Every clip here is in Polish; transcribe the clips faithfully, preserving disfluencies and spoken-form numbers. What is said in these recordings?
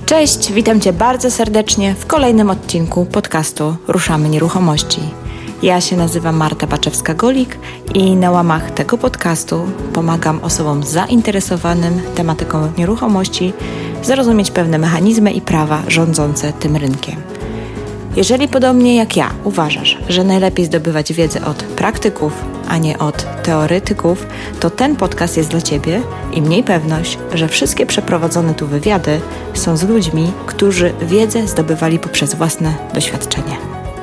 Cześć, witam Cię bardzo serdecznie w kolejnym odcinku podcastu Ruszamy Nieruchomości. Ja się nazywam Marta Baczewska-Golik i na łamach tego podcastu pomagam osobom zainteresowanym tematyką nieruchomości zrozumieć pewne mechanizmy i prawa rządzące tym rynkiem. Jeżeli podobnie jak ja uważasz, że najlepiej zdobywać wiedzę od praktyków, a nie od teoretyków, to ten podcast jest dla Ciebie i miej pewność, że wszystkie przeprowadzone tu wywiady są z ludźmi, którzy wiedzę zdobywali poprzez własne doświadczenie.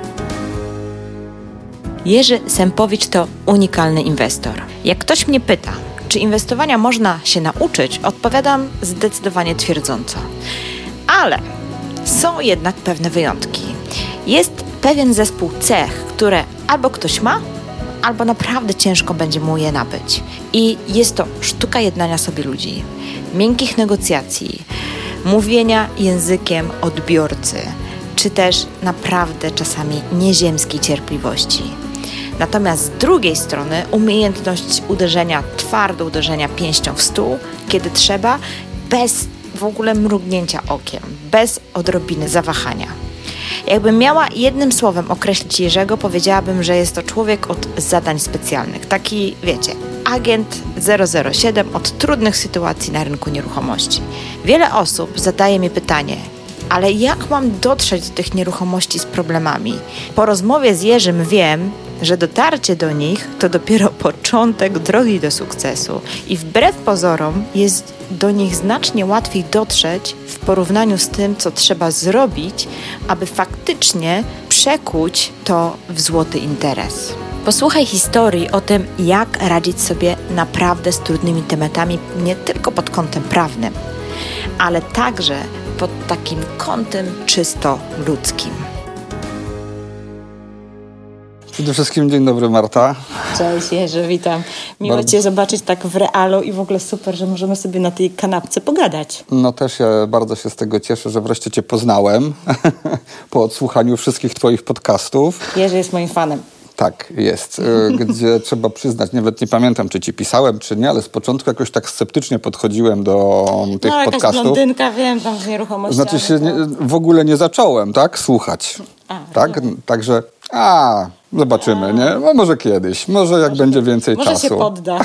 Jerzy Sępowicz to unikalny inwestor. Jak ktoś mnie pyta, czy inwestowania można się nauczyć, odpowiadam zdecydowanie twierdząco. Ale są jednak pewne wyjątki. Jest pewien zespół cech, które albo ktoś ma, albo naprawdę ciężko będzie mu je nabyć. I jest to sztuka jednania sobie ludzi, miękkich negocjacji, mówienia językiem odbiorcy, czy też naprawdę czasami nieziemskiej cierpliwości. Natomiast z drugiej strony umiejętność uderzenia, twardo uderzenia pięścią w stół, kiedy trzeba, bez w ogóle mrugnięcia okiem, bez odrobiny zawahania. Jakbym miała jednym słowem określić Jerzego, powiedziałabym, że jest to człowiek od zadań specjalnych. Taki, wiecie, agent zero zero siedem od trudnych sytuacji na rynku nieruchomości. Wiele osób zadaje mi pytanie, ale jak mam dotrzeć do tych nieruchomości z problemami? Po rozmowie z Jerzym wiem, że dotarcie do nich to dopiero początek drogi do sukcesu i wbrew pozorom jest do nich znacznie łatwiej dotrzeć w porównaniu z tym, co trzeba zrobić, aby faktycznie przekuć to w złoty interes. Posłuchaj historii o tym, jak radzić sobie naprawdę z trudnymi tematami, nie tylko pod kątem prawnym, ale także pod takim kątem czysto ludzkim. Przede wszystkim dzień dobry, Marta. Cześć Jerzy, witam. Miło bardzo Cię zobaczyć tak w realu i w ogóle super, że możemy sobie na tej kanapce pogadać. No też ja bardzo się z tego cieszę, że wreszcie Cię poznałem po odsłuchaniu wszystkich Twoich podcastów. Jerzy jest moim fanem. Tak, jest. Gdzie trzeba przyznać, nawet nie pamiętam, czy Ci pisałem, czy nie, ale z początku jakoś tak sceptycznie podchodziłem do tych no, podcastów. No jakaś blondynka, wiem, tam z nieruchomościami. Znaczy się nie, w ogóle nie zacząłem, tak, słuchać. A, tak, rozumiem. Także, a... Zobaczymy, nie? No może kiedyś, może jak może będzie więcej może czasu. Może się podda.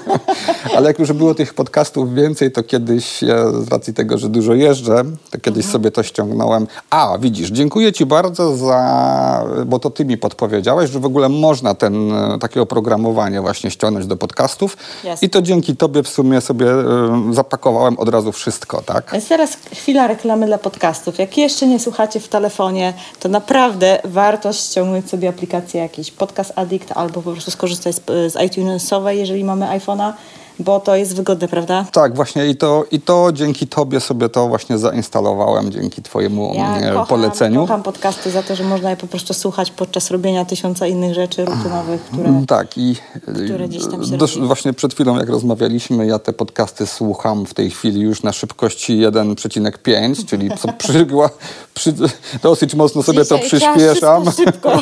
Ale jak już było tych podcastów więcej, to kiedyś, ja z racji tego, że dużo jeżdżę, to kiedyś mhm. sobie to ściągnąłem. A, widzisz, dziękuję Ci bardzo za, bo to Ty mi podpowiedziałeś, że w ogóle można ten, takie oprogramowanie właśnie ściągnąć do podcastów. Jasne. I to dzięki Tobie w sumie sobie y, zapakowałem od razu wszystko, tak? Jest teraz chwila reklamy dla podcastów. Jak jeszcze nie słuchacie w telefonie, to naprawdę warto ściągnąć sobie aplikację jakiś Podcast Addict albo po prostu skorzystać z, z iTunesowej, jeżeli mamy iPhone'a, bo to jest wygodne, prawda? Tak, właśnie i to, i to dzięki Tobie sobie to właśnie zainstalowałem, dzięki Twojemu ja kocham, poleceniu. kocham podcasty za to, że można je po prostu słuchać podczas robienia tysiąca innych rzeczy rutynowych, które, tak, i które gdzieś tam się do, robi. Właśnie przed chwilą, jak rozmawialiśmy, ja te podcasty słucham w tej chwili już na szybkości jeden przecinek pięć, czyli co przygła, przy, dosyć mocno sobie Dzisiaj to przyspieszam. Szybko.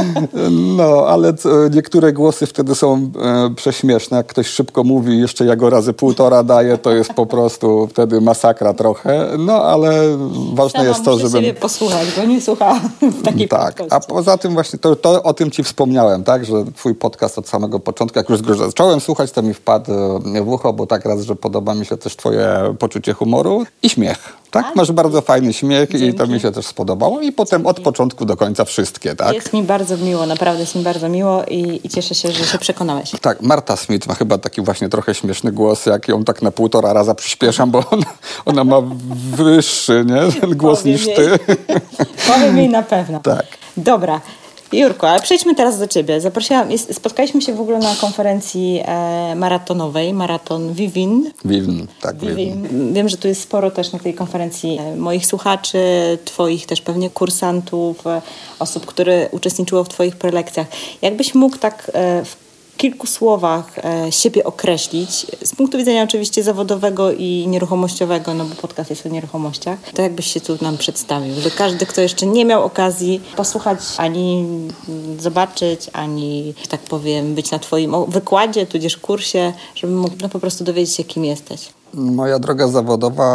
No, ale co, niektóre głosy wtedy są e, prześmieszne. Jak ktoś szybko mówi, jeszcze ja go razy półtora daję, to jest po prostu wtedy masakra trochę. No, ale ważne ja jest to, żebym... siebie posłuchać, bo nie słucha w takiej Tak, podcaście. A poza tym właśnie to, to o tym Ci wspomniałem, tak, że Twój podcast od samego początku, jak już go zacząłem słuchać, to mi wpadł w ucho, bo tak raz, że podoba mi się też Twoje poczucie humoru i śmiech. Tak? A? Masz bardzo fajny śmiech. Dzięki. I to mi się też spodobało. I potem Dzięki. Od początku do końca wszystkie, tak? Jest mi bardzo miło, naprawdę jest mi bardzo miło i, i cieszę się, że się przekonałeś. Tak, Marta Smith ma chyba taki właśnie trochę śmieszny głos, jak ją tak na półtora raza przyspieszam, bo ona, ona ma wyższy, nie? Ten głos Powiem niż jej. ty. Powiem jej na pewno. Tak. Dobra. Jurku, ale przejdźmy teraz do Ciebie. Zaprosiłam, jest, spotkaliśmy się w ogóle na konferencji e, maratonowej, maraton Vivin. Vivin, tak. Vivin. Vivin. Wiem, że tu jest sporo też na tej konferencji e, moich słuchaczy, Twoich też pewnie kursantów, e, osób, które uczestniczyło w Twoich prelekcjach. Jakbyś mógł tak e, w kilku słowach e, siebie określić, z punktu widzenia oczywiście zawodowego i nieruchomościowego, no bo podcast jest o nieruchomościach, to jakbyś się tu nam przedstawił, że każdy, kto jeszcze nie miał okazji posłuchać, ani zobaczyć, ani, że tak powiem, być na Twoim wykładzie, tudzież kursie, żeby mógł no, po prostu dowiedzieć się, kim jesteś. Moja droga zawodowa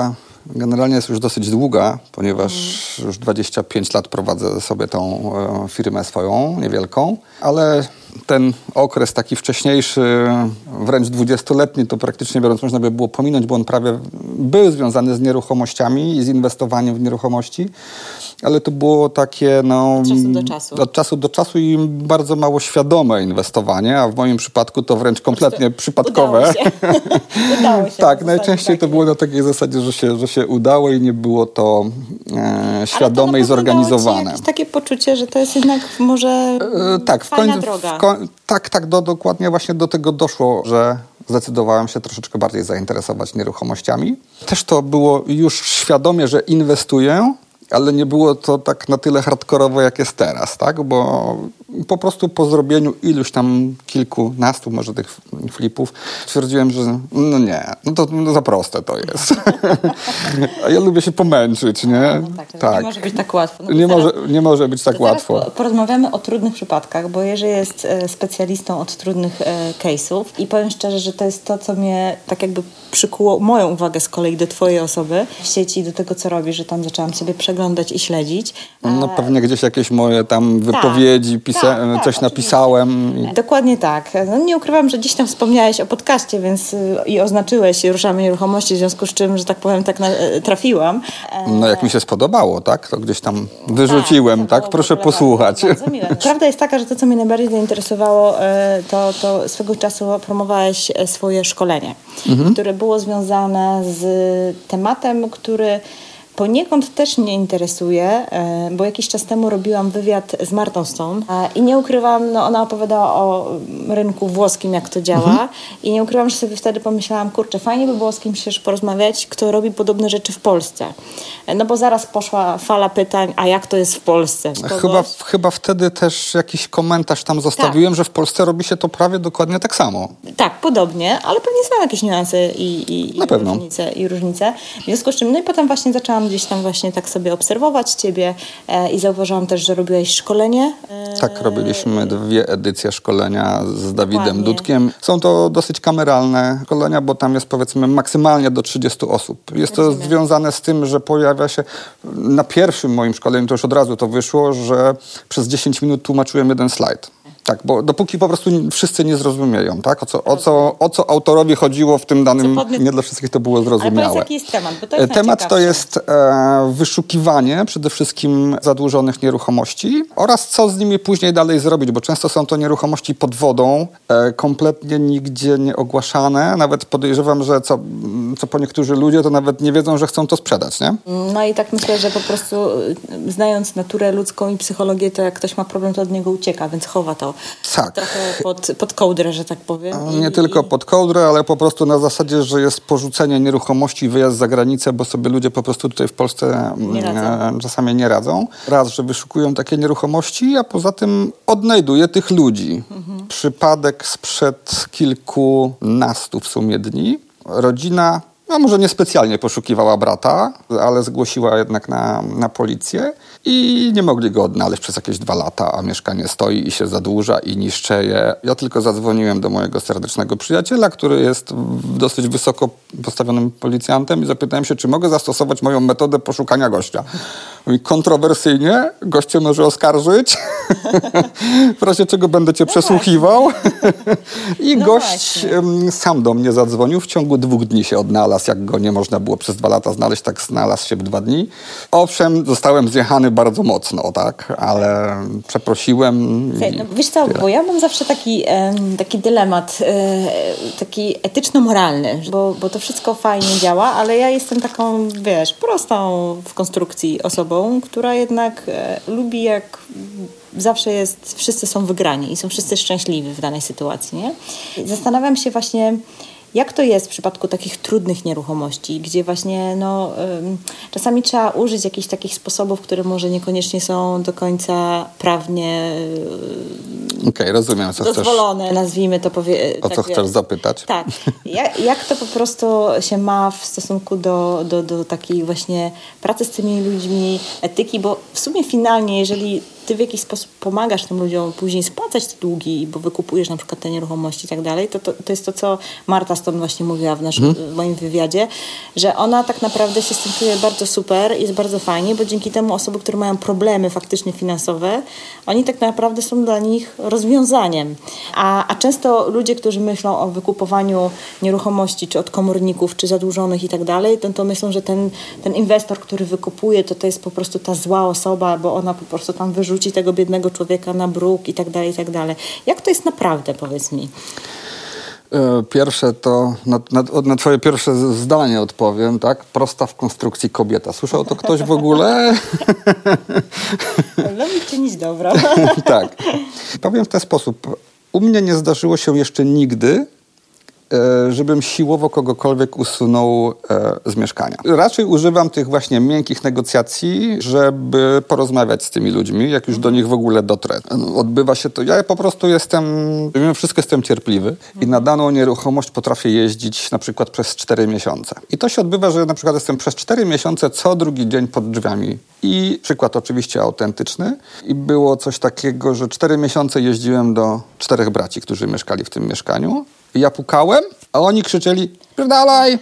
generalnie jest już dosyć długa, ponieważ mm. już dwadzieścia pięć lat prowadzę sobie tą e, firmę swoją, niewielką, ale ten okres taki wcześniejszy, wręcz dwudziestoletni, to praktycznie biorąc można by było pominąć, bo on prawie był związany z nieruchomościami i z inwestowaniem w nieruchomości, ale to było takie no, od czasu do czasu. Od czasu do czasu i bardzo mało świadome inwestowanie, a w moim przypadku to wręcz kompletnie przypadkowe. Udało się. udało się tak, najczęściej to było na takiej zasadzie, że się, że się udało i nie było to e, świadome to i zorganizowane. Ci jakieś takie poczucie, że to jest jednak może e, tak, fajna w koń, droga. W koń, tak, tak, do, dokładnie właśnie do tego doszło, że zdecydowałem się troszeczkę bardziej zainteresować nieruchomościami. Też to było już świadomie, że inwestuję, ale nie było to tak na tyle hardkorowo, jak jest teraz, tak? Bo po prostu po zrobieniu iluś tam kilkunastu może tych flipów stwierdziłem, że no nie, no to no za proste to jest. A ja lubię się pomęczyć, nie? No tak, tak. Nie może być tak łatwo. No nie, może, nie może być tak łatwo. Porozmawiamy o trudnych przypadkach, bo Jerzy jest specjalistą od trudnych case'ów i powiem szczerze, że to jest to, co mnie tak jakby przykuło moją uwagę z kolei do twojej osoby w sieci, do tego, co robisz, że tam zaczęłam sobie przeglądać i śledzić. No pewnie gdzieś jakieś moje tam wypowiedzi, tak, pisa- tak, coś tak, napisałem. I... Dokładnie tak. No, nie ukrywam, że gdzieś tam wspomniałeś o podcaście, więc i oznaczyłeś Ruszamy Nieruchomości, w związku z czym, że tak powiem, tak na, trafiłam. No jak mi się spodobało, tak? To gdzieś tam wyrzuciłem, tak? tak? Proszę posłuchać. Bardzo, bardzo miłe. Prawda jest taka, że to, co mnie najbardziej zainteresowało, to, to swego czasu promowałeś swoje szkolenie, mhm. które było związane z tematem, który poniekąd też mnie interesuje, bo jakiś czas temu robiłam wywiad z Martą Stone i nie ukrywam, no ona opowiadała o rynku włoskim, jak to działa mhm. i nie ukrywam, że sobie wtedy pomyślałam, kurczę, fajnie by było z kimś też porozmawiać, kto robi podobne rzeczy w Polsce. No bo zaraz poszła fala pytań, a jak to jest w Polsce? Kogoś... Chyba, chyba wtedy też jakiś komentarz tam zostawiłem, tak. że w Polsce robi się to prawie dokładnie tak samo. Tak, podobnie, ale pewnie są jakieś niuanse i, i, Na i, pewno. Różnice, i różnice. W związku z czym, no i potem właśnie zaczęłam gdzieś tam właśnie tak sobie obserwować ciebie e, i zauważyłam też, że robiłeś szkolenie. E, tak, robiliśmy dwie edycje szkolenia z Dawidem Dokładnie. Dudkiem. Są to dosyć kameralne szkolenia, bo tam jest powiedzmy maksymalnie do trzydziestu osób. Jest to Rozumiem. związane z tym, że pojawia się na pierwszym moim szkoleniu, to już od razu to wyszło, że przez dziesięć minut tłumaczyłem jeden slajd. Tak, bo dopóki po prostu wszyscy nie zrozumieją, tak? O co, o co, o co autorowi chodziło w tym danym, podmiot... nie dla wszystkich to było zrozumiałe. Ale powiedz, jaki jest temat, bo to jest Temat to jest e, wyszukiwanie przede wszystkim zadłużonych nieruchomości oraz co z nimi później dalej zrobić, bo często są to nieruchomości pod wodą, e, kompletnie nigdzie nie ogłaszane. Nawet podejrzewam, że co, co po niektórzy ludzie to nawet nie wiedzą, że chcą to sprzedać, nie? No i tak myślę, że po prostu znając naturę ludzką i psychologię, to jak ktoś ma problem, to od niego ucieka, więc chowa to. Tak. Trochę pod, pod kołdrę, że tak powiem. Nie I, tylko i... pod kołdrę, ale po prostu na zasadzie, że jest porzucenie nieruchomości i wyjazd za granicę, bo sobie ludzie po prostu tutaj w Polsce nie e, czasami nie radzą. Raz, że wyszukują takie nieruchomości, a poza tym odnajduję tych ludzi. Mhm. Przypadek sprzed kilkunastu w sumie dni. Rodzina, no może niespecjalnie poszukiwała brata, ale zgłosiła jednak na, na policję i nie mogli go odnaleźć przez jakieś dwa lata, a mieszkanie stoi i się zadłuża i niszczeje. Ja tylko zadzwoniłem do mojego serdecznego przyjaciela, który jest dosyć wysoko postawionym policjantem i zapytałem się, czy mogę zastosować moją metodę poszukania gościa. Mówi, kontrowersyjnie, goście może oskarżyć, w razie czego będę cię no przesłuchiwał. I no gość właśnie. sam do mnie zadzwonił, w ciągu dwóch dni się odnalazł, jak go nie można było przez dwa lata znaleźć, tak znalazł się w dwa dni. Owszem, zostałem zjechany bardzo mocno, tak, ale przeprosiłem. I... No, wiesz co, tyle. Bo ja mam zawsze taki, e, taki dylemat, e, taki etyczno-moralny, bo, bo to wszystko fajnie działa, ale ja jestem taką, wiesz, prostą w konstrukcji osobą, która jednak e, lubi, jak zawsze jest, wszyscy są wygrani i są wszyscy szczęśliwi w danej sytuacji, nie? Zastanawiam się właśnie, jak to jest w przypadku takich trudnych nieruchomości, gdzie właśnie no, ym, czasami trzeba użyć jakichś takich sposobów, które może niekoniecznie są do końca prawnie Okej, okay, rozumiem, co dozwolone, chcesz, nazwijmy to. Powie, o tak, co chcesz zapytać? Tak. Jak, jak to po prostu się ma w stosunku do, do, do takiej właśnie pracy z tymi ludźmi, etyki, bo w sumie finalnie, jeżeli ty w jakiś sposób pomagasz tym ludziom później spłacać te długi, bo wykupujesz na przykład te nieruchomości i tak dalej, to, to, to jest to, co Marta Stone właśnie mówiła w naszym, hmm. w moim wywiadzie, że ona tak naprawdę się z tym czuje bardzo super, jest bardzo fajnie, bo dzięki temu osoby, które mają problemy faktycznie finansowe, oni tak naprawdę są dla nich rozwiązaniem. A, a często ludzie, którzy myślą o wykupowaniu nieruchomości, czy od komorników, czy zadłużonych i tak dalej, to, to myślą, że ten, ten inwestor, który wykupuje, to to jest po prostu ta zła osoba, bo ona po prostu tam wyrzuci tego biednego człowieka na bruk i tak dalej, i tak dalej. Jak to jest naprawdę, powiedz mi? Pierwsze to, na, na, na twoje pierwsze zdanie odpowiem, tak? Prosta w konstrukcji kobieta. Słyszał to ktoś w ogóle? Lubi czynić dobro. Tak. Powiem w ten sposób. U mnie nie zdarzyło się jeszcze nigdy, żebym siłowo kogokolwiek usunął z mieszkania. Raczej używam tych właśnie miękkich negocjacji, żeby porozmawiać z tymi ludźmi, jak już do nich w ogóle dotrę. Odbywa się to, ja po prostu jestem, mimo wszystko jestem cierpliwy i na daną nieruchomość potrafię jeździć na przykład przez cztery miesiące. I to się odbywa, że na przykład jestem przez cztery miesiące co drugi dzień pod drzwiami. I przykład oczywiście autentyczny. I było coś takiego, że cztery miesiące jeździłem do czterech braci, którzy mieszkali w tym mieszkaniu. I ja pukałem, a oni krzyczeli, spierdalaj!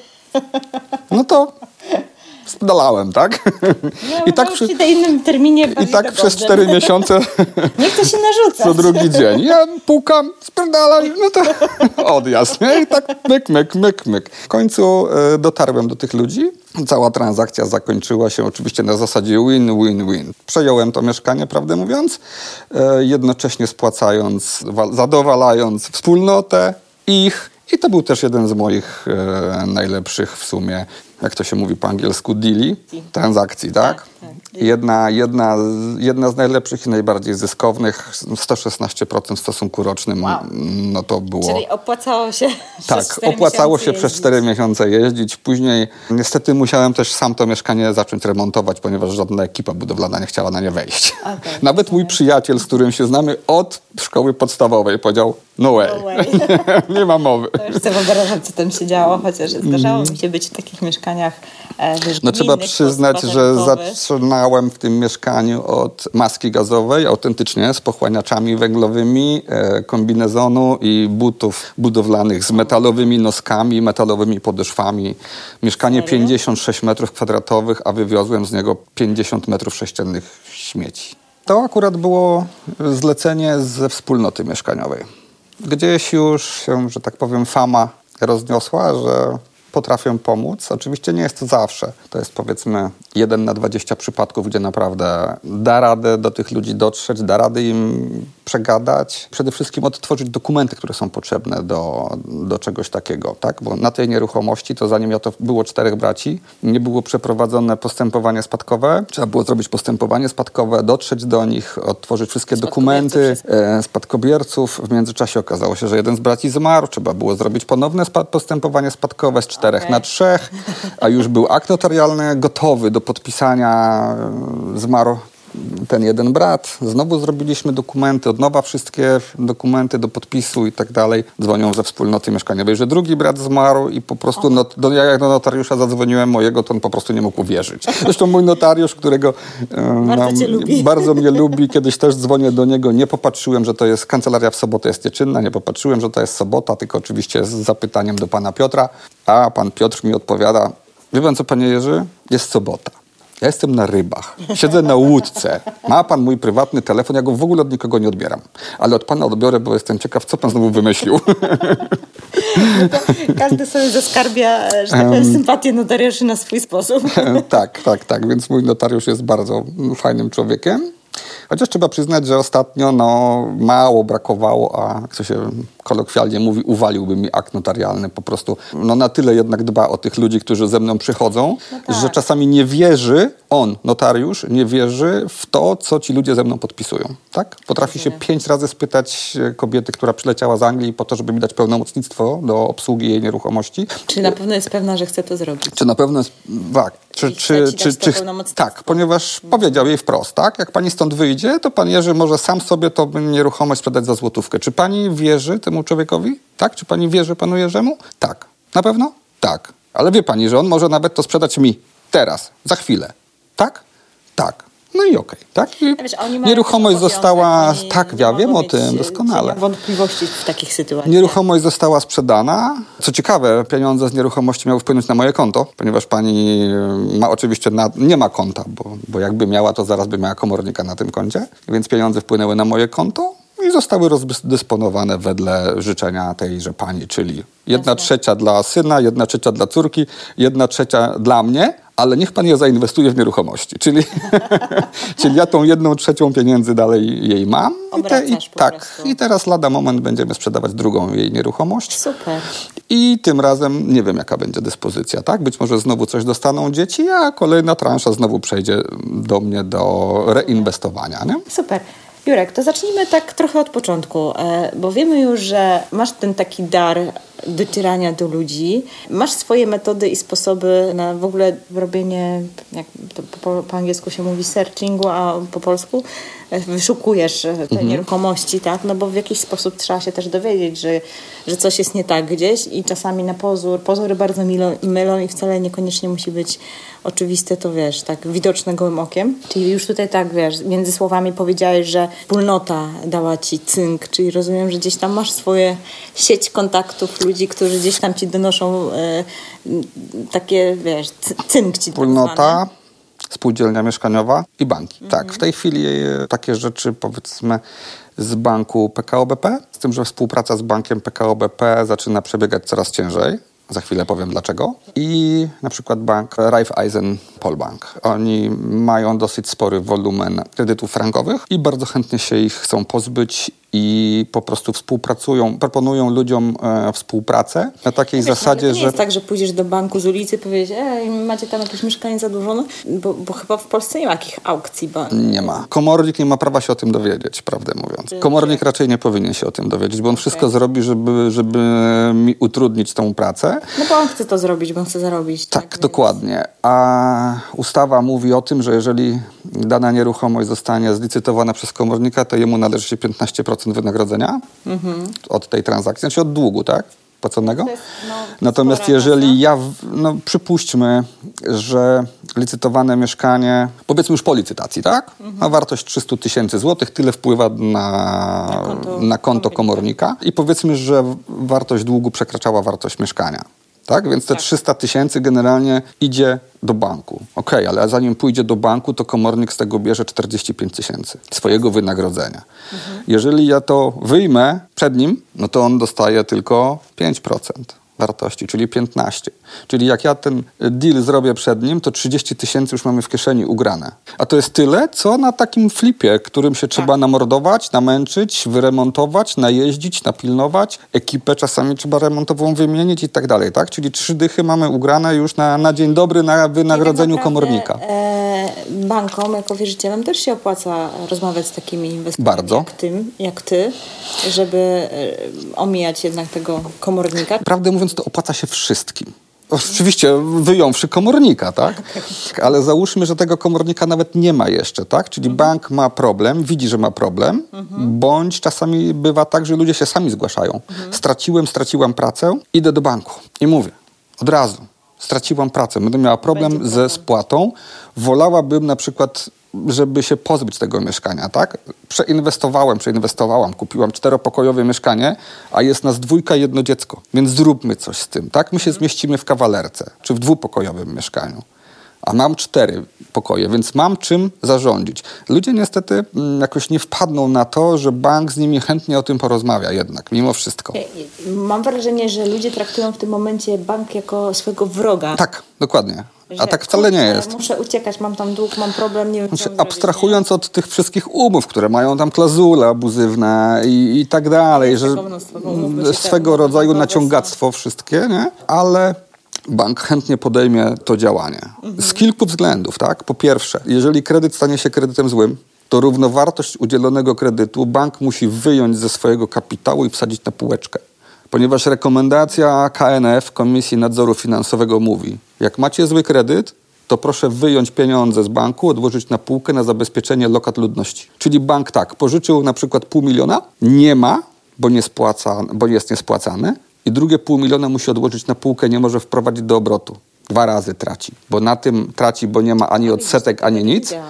No to spierdalałem, tak? No, I tak, przy... innym terminie I tak przez cztery miesiące nie chcę się narzucać. Co drugi dzień. Ja pukam, spierdalaj, no to odjazd. Nie? I tak myk, myk, myk, myk. W końcu e, dotarłem do tych ludzi. Cała transakcja zakończyła się oczywiście na zasadzie win, win, win. Przejąłem to mieszkanie, prawdę mówiąc, e, jednocześnie spłacając, zadowalając wspólnotę, ich. I to był też jeden z moich e, najlepszych w sumie, jak to się mówi po angielsku, deali, transakcji, tak? tak, tak. Jedna, jedna, jedna z najlepszych i najbardziej zyskownych, sto szesnaście procent w stosunku rocznym, wow. No to było... Czyli opłacało się Tak, opłacało się przez cztery miesiące jeździć. Później niestety musiałem też sam to mieszkanie zacząć remontować, ponieważ żadna ekipa budowlana nie chciała na nie wejść. Okay, Nawet mój przyjaciel, z którym się znamy od szkoły podstawowej, powiedział no way, no way. Nie ma mowy. To już chcę wyobrażać, co tam się działo, chociaż zdarzało mi się być w takich mieszkaniach e, wiesz, No trzeba przyznać, że zaczynałem w tym mieszkaniu od maski gazowej, autentycznie, z pochłaniaczami węglowymi, e, kombinezonu i butów budowlanych z metalowymi noskami, metalowymi podeszwami. Mieszkanie Serio? pięćdziesiąt sześć metrów kwadratowych, a wywiozłem z niego pięćdziesiąt metrów sześciennych śmieci. To akurat było zlecenie ze wspólnoty mieszkaniowej. Gdzieś już się, że tak powiem, fama rozniosła, że potrafią pomóc. Oczywiście nie jest to zawsze. To jest powiedzmy jeden na dwadzieścia przypadków, gdzie naprawdę da radę do tych ludzi dotrzeć, da radę im przegadać. Przede wszystkim odtworzyć dokumenty, które są potrzebne do, do czegoś takiego. Tak? Bo na tej nieruchomości, to zanim ja to było czterech braci, nie było przeprowadzone postępowanie spadkowe. Trzeba było zrobić postępowanie spadkowe, dotrzeć do nich, odtworzyć wszystkie dokumenty e, spadkobierców. W międzyczasie okazało się, że jeden z braci zmarł. Trzeba było zrobić ponowne spa- postępowanie spadkowe z czterech okay. na trzech, a już był akt notarialny gotowy do podpisania. Zmarł ten jeden brat. Znowu zrobiliśmy dokumenty, od nowa wszystkie dokumenty do podpisu i tak dalej. Dzwonią ze wspólnoty mieszkaniowej, że drugi brat zmarł i po prostu not, do, ja jak do notariusza zadzwoniłem mojego, to on po prostu nie mógł uwierzyć. Zresztą mój notariusz, którego bardzo, no, cię lubi. bardzo mnie lubi, kiedyś też dzwonię do niego, nie popatrzyłem, że to jest, kancelaria w sobotę jest nieczynna, nie popatrzyłem, że to jest sobota, tylko oczywiście z zapytaniem do pana Piotra, a pan Piotr mi odpowiada, wie pan co, panie Jerzy, jest sobota. Ja jestem na rybach, siedzę na łódce. Ma pan mój prywatny telefon, ja go w ogóle od nikogo nie odbieram. Ale od pana odbiorę, bo jestem ciekaw, co pan znowu wymyślił. No każdy sobie zaskarbia, że tak powiem, sympatię notariuszy na swój sposób. Tak, tak, tak. Więc mój notariusz jest bardzo fajnym człowiekiem. Chociaż trzeba przyznać, że ostatnio no, mało brakowało, a jak to się kolokwialnie mówi, uwaliłby mi akt notarialny. Po prostu no, na tyle jednak dba o tych ludzi, którzy ze mną przychodzą, no tak. że czasami nie wierzy, on, notariusz, nie wierzy w to, co ci ludzie ze mną podpisują. Tak? Potrafi się pięć razy spytać kobiety, która przyleciała z Anglii po to, żeby mi dać pełnomocnictwo do obsługi jej nieruchomości. Czy na pewno jest pewna, że chce to zrobić? Czy na pewno jest... Tak. Czy, czy, czy, czy, tak, ponieważ powiedział jej wprost, tak? Jak pani stąd wyjdzie, to pan Jerzy może sam sobie to nieruchomość sprzedać za złotówkę. Czy pani wierzy temu człowiekowi? Tak? Czy pani wierzy panu Jerzemu? Tak. Na pewno? Tak. Ale wie pani, że on może nawet to sprzedać mi. Teraz. Za chwilę. Tak? Tak. No i okej, okay, tak? I wiesz, oni nieruchomość została... Oni tak, ja wiem o tym doskonale. Wątpliwości w takich sytuacjach. Nieruchomość została sprzedana. Co ciekawe, pieniądze z nieruchomości miały wpłynąć na moje konto, ponieważ pani ma oczywiście... Na, nie ma konta, bo, bo jakby miała, to zaraz by miała komornika na tym koncie. Więc pieniądze wpłynęły na moje konto i zostały rozdysponowane wedle życzenia tejże pani, czyli jedna Jasne. trzecia dla syna, jedna trzecia dla córki, jedna trzecia dla mnie, ale niech pan je zainwestuje w nieruchomości. Czyli, czyli ja tą jedną trzecią pieniędzy dalej jej mam. I, te, i, tak, I teraz lada moment będziemy sprzedawać drugą jej nieruchomość. Super. I tym razem nie wiem, jaka będzie dyspozycja. Tak? Być może znowu coś dostaną dzieci, a kolejna transza znowu przejdzie do mnie do reinwestowania. Nie? Super. Jurek, to zacznijmy tak trochę od początku, bo wiemy już, że masz ten taki dar docierania do ludzi, masz swoje metody i sposoby na w ogóle robienie, jak to po, po angielsku się mówi searchingu, a po polsku wyszukujesz te mhm. nieruchomości, tak? No bo w jakiś sposób trzeba się też dowiedzieć, że, że coś jest nie tak gdzieś i czasami na pozór, pozory bardzo milo, mylą i wcale niekoniecznie musi być oczywiste, to wiesz, tak widoczne gołym okiem. Czyli już tutaj tak, wiesz, między słowami powiedziałeś, że wspólnota dała ci cynk, czyli rozumiem, że gdzieś tam masz swoje sieć kontaktów ludzi, którzy gdzieś tam ci donoszą e, takie, wiesz, cynk ci. Wspólnota, spółdzielnia mieszkaniowa i banki. Mhm. Tak, w tej chwili takie rzeczy, powiedzmy, z banku P K O B P, z tym, że współpraca z bankiem P K O B P zaczyna przebiegać coraz ciężej. Za chwilę powiem dlaczego. I na przykład bank Raiffeisen Polbank. Oni mają dosyć spory wolumen kredytów frankowych i bardzo chętnie się ich chcą pozbyć i po prostu współpracują, proponują ludziom e, współpracę na takiej Wiesz, zasadzie, to nie że... jest tak, że pójdziesz do banku z ulicy i powiesz, ej, macie tam jakieś mieszkanie zadłużone? Bo, bo chyba w Polsce nie ma takich aukcji. Bo... Nie ma. Komornik nie ma prawa się o tym dowiedzieć, prawdę mówiąc. Komornik raczej nie powinien się o tym dowiedzieć, bo on okay. wszystko zrobi, żeby, żeby mi utrudnić tą pracę. No bo on chce to zrobić, bo on chce zarobić. Tak, tak dokładnie. Więc... A ustawa mówi o tym, że jeżeli dana nieruchomość zostanie zlicytowana przez komornika, to jemu należy się piętnaście procent wynagrodzenia mhm. od tej transakcji, znaczy od długu, tak? Płaconego. Jest, no, Natomiast jeżeli ja, no przypuśćmy, że licytowane mieszkanie, powiedzmy już po licytacji, tak? Mhm. Ma wartość trzysta tysięcy złotych, tyle wpływa na, na konto, na konto komornika. komornika i powiedzmy, że wartość długu przekraczała wartość mieszkania. Tak? Więc te tak. trzysta tysięcy generalnie idzie do banku. Okej, okay, ale zanim pójdzie do banku, to komornik z tego bierze czterdzieści pięć tysięcy swojego wynagrodzenia. Mhm. Jeżeli ja to wyjmę przed nim, no to on dostaje tylko pięć procent wartości, czyli piętnaście. Czyli jak ja ten deal zrobię przed nim, to trzydzieści tysięcy już mamy w kieszeni ugrane. A to jest tyle, co na takim flipie, którym się trzeba tak. namordować, namęczyć, wyremontować, najeździć, napilnować. Ekipę czasami trzeba remontową wymienić i tak dalej, tak? Czyli trzy dychy mamy ugrane już na, na dzień dobry na wynagrodzeniu tak komornika. E, bankom, jako wierzycielem też się opłaca rozmawiać z takimi inwestorami Bardzo. Jak, tym, jak ty, żeby e, omijać jednak tego komornika. Prawdę mówiąc, to opłaca się wszystkim. Oczywiście wyjąwszy komornika, tak? Okay. Ale załóżmy, że tego komornika nawet nie ma jeszcze, tak? Czyli mhm. bank ma problem, widzi, że ma problem, mhm. bądź czasami bywa tak, że ludzie się sami zgłaszają. Mhm. Straciłem, straciłam pracę, idę do banku i mówię od razu, straciłam pracę, będę miała problem Będzie ze problem. spłatą, wolałabym na przykład, żeby się pozbyć tego mieszkania, tak? Przeinwestowałem, przeinwestowałam, kupiłam czteropokojowe mieszkanie, a jest nas dwójka, jedno dziecko, więc zróbmy coś z tym, tak? My się zmieścimy w kawalerce, czy w dwupokojowym mieszkaniu. A mam cztery pokoje, więc mam czym zarządzić. Ludzie niestety jakoś nie wpadną na to, że bank z nimi chętnie o tym porozmawia jednak, mimo wszystko. Mam wrażenie, że ludzie traktują w tym momencie bank jako swojego wroga. Tak, dokładnie. A tak wcale nie jest. Muszę uciekać, mam tam dług, mam problem, nie wiem, znaczy, co abstrahując zrobić, od tych wszystkich umów, które mają tam klauzule abuzywne i, i tak dalej, że swego rodzaju naciągactwo wszystkie, nie? Ale bank chętnie podejmie to działanie. Mhm. Z kilku względów, tak? Po pierwsze, jeżeli kredyt stanie się kredytem złym, to równowartość udzielonego kredytu bank musi wyjąć ze swojego kapitału i wsadzić na półeczkę. Ponieważ rekomendacja K N F, Komisji Nadzoru Finansowego mówi, jak macie zły kredyt, to proszę wyjąć pieniądze z banku, odłożyć na półkę na zabezpieczenie lokat ludności. Czyli bank tak, pożyczył na przykład pół miliona, nie ma, bo, nie spłaca, bo jest niespłacany i drugie pół miliona musi odłożyć na półkę, nie może wprowadzić do obrotu. Dwa razy traci, bo na tym traci, bo nie ma ani odsetek, ani nic,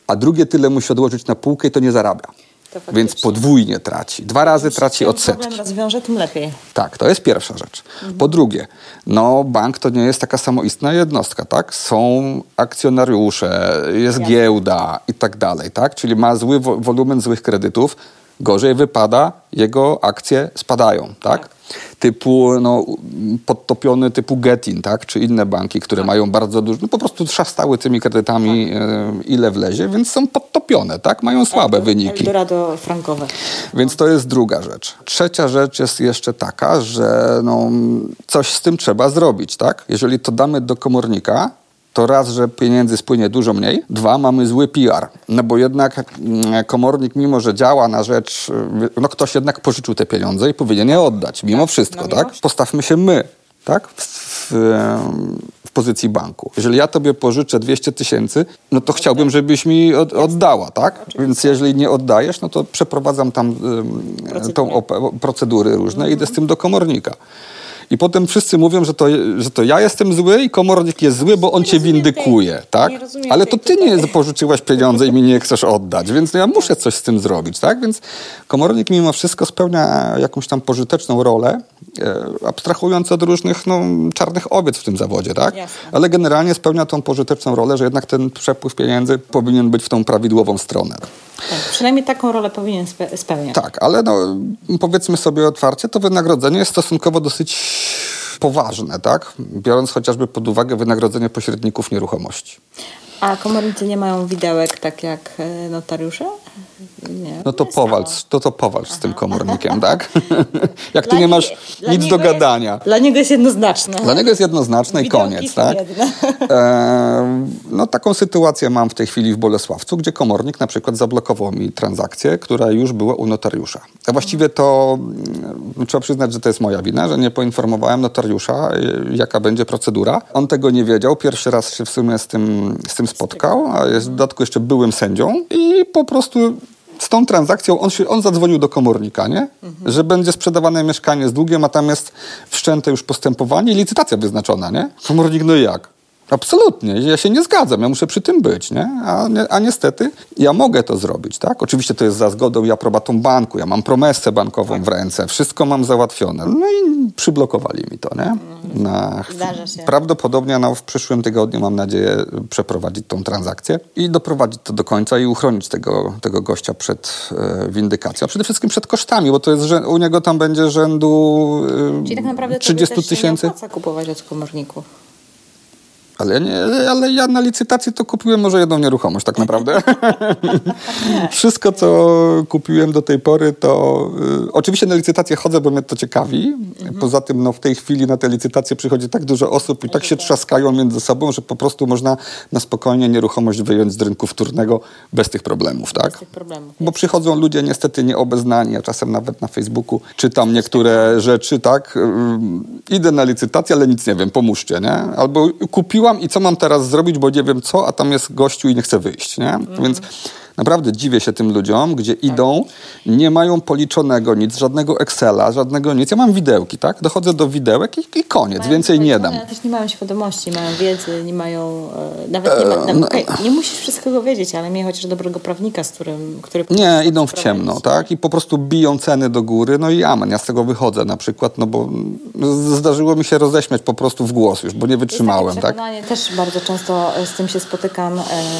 a drugie tyle musi odłożyć na półkę i to nie zarabia. Więc podwójnie traci. Dwa razy traci odsetki. Im problem rozwiąże, tym lepiej. Tak, to jest pierwsza rzecz. Mhm. Po drugie, no bank to nie jest taka samoistna jednostka, tak? Są akcjonariusze, jest Jasne. giełda i tak dalej, tak? Czyli ma zły wo- wolumen złych kredytów, gorzej wypada, jego akcje spadają, tak? tak. Typu no, podtopiony typu Getin, tak? Czy inne banki, które tak. mają bardzo dużo, no po prostu trzastały tymi kredytami tak. e, ile wlezie, więc są podtopione, tak? Mają słabe Eldor, wyniki. Eldorado frankowe. Więc to jest druga rzecz. Trzecia rzecz jest jeszcze taka, że no, coś z tym trzeba zrobić, tak? Jeżeli to damy do komornika, to raz, że pieniędzy spłynie dużo mniej, dwa, mamy zły P R. No bo jednak komornik, mimo że działa na rzecz, no ktoś jednak pożyczył te pieniądze i powinien je oddać, mimo tak, wszystko, no, tak? Mimo... Postawmy się my, tak? W, w, w pozycji banku. Jeżeli ja tobie pożyczę dwieście tysięcy, no to chciałbym, żebyś mi od, oddała, tak? Oczywiście. Więc jeżeli nie oddajesz, no to przeprowadzam tam um, tą op- procedury różne i idę z tym do komornika. I potem wszyscy mówią, że to, że to ja jestem zły i komornik jest zły, bo on cię windykuje, tej, tak? Ale to ty nie pożyczyłaś pieniądze i mi nie chcesz oddać, więc ja muszę coś z tym zrobić, tak? Więc komornik mimo wszystko spełnia jakąś tam pożyteczną rolę, e, abstrahując od różnych no, czarnych owiec w tym zawodzie, tak? Jasne. Ale generalnie spełnia tą pożyteczną rolę, że jednak ten przepływ pieniędzy powinien być w tą prawidłową stronę. Tak, przynajmniej taką rolę powinien spe- spełniać. Tak, ale no, powiedzmy sobie otwarcie, to wynagrodzenie jest stosunkowo dosyć poważne, tak? Biorąc chociażby pod uwagę wynagrodzenie pośredników nieruchomości. A komornicy nie mają widełek tak jak notariusze? Nie. No to powalcz, to, to powalcz z tym komornikiem, tak? Jak ty nie masz nie, nic do gadania. Jest, dla niego jest jednoznaczne. Dla niego jest jednoznaczne i koniec, tak? E, no taką sytuację mam w tej chwili w Bolesławcu, gdzie komornik na przykład zablokował mi transakcję, która już była u notariusza. A właściwie to no, trzeba przyznać, że to jest moja wina, że nie poinformowałem notariusza, jaka będzie procedura. On tego nie wiedział. Pierwszy raz się w sumie z tym, z tym spotkał, a jest w dodatku jeszcze byłym sędzią i po prostu z tą transakcją on, się, on zadzwonił do komornika, nie? Mhm. Że będzie sprzedawane mieszkanie z długiem, a tam jest wszczęte już postępowanie i licytacja wyznaczona, nie? Komornik, no i jak? Absolutnie, ja się nie zgadzam, ja muszę przy tym być, nie? A, a niestety ja mogę to zrobić, tak? Oczywiście to jest za zgodą i aprobatą banku, ja mam promesę bankową tak. w ręce, wszystko mam załatwione. No i przyblokowali mi to, nie? Na Zdarza się. Prawdopodobnie no, w przyszłym tygodniu mam nadzieję przeprowadzić tą transakcję i doprowadzić to do końca i uchronić tego, tego gościa przed e, windykacją. A przede wszystkim przed kosztami, bo to jest, że u niego tam będzie rzędu e, Czyli tak naprawdę trzydzieści tysięcy. Nie opłaca kupować od komorników. Ale, nie, ale ja na licytacji to kupiłem może jedną nieruchomość tak naprawdę. Wszystko, co kupiłem do tej pory, to... Y, oczywiście na licytację chodzę, bo mnie to ciekawi. Mhm. Poza tym no, w tej chwili na te licytacje przychodzi tak dużo osób i tak się trzaskają między sobą, że po prostu można na spokojnie nieruchomość wyjąć z rynku wtórnego bez tych problemów, tak? Bez tych problemów. Bo przychodzą ludzie niestety nieobeznani, a czasem nawet na Facebooku czytam niektóre rzeczy, tak? Y, idę na licytację, ale nic nie wiem, pomóżcie, nie? Albo kupiłam i co mam teraz zrobić, bo nie wiem co, a tam jest gościu i nie chce wyjść, nie? Mm. Więc naprawdę dziwię się tym ludziom, gdzie tak. idą, nie mają policzonego nic, żadnego Excela, żadnego nic. Ja mam widełki, tak? Dochodzę do widełek i, i koniec, mają więcej nie dam. Ale też nie mają świadomości, mają wiedzy, nie mają... E, nawet nie, ma, nawet, no, okay, nie musisz wszystkiego wiedzieć, ale miej chociaż dobrego prawnika, z którym... Który nie, idą w ciemno, tak? I po prostu biją ceny do góry, no i amen. Ja z tego wychodzę na przykład, no bo zdarzyło mi się roześmiać po prostu w głos już, bo nie wytrzymałem, tak? Też bardzo często z tym się spotykam,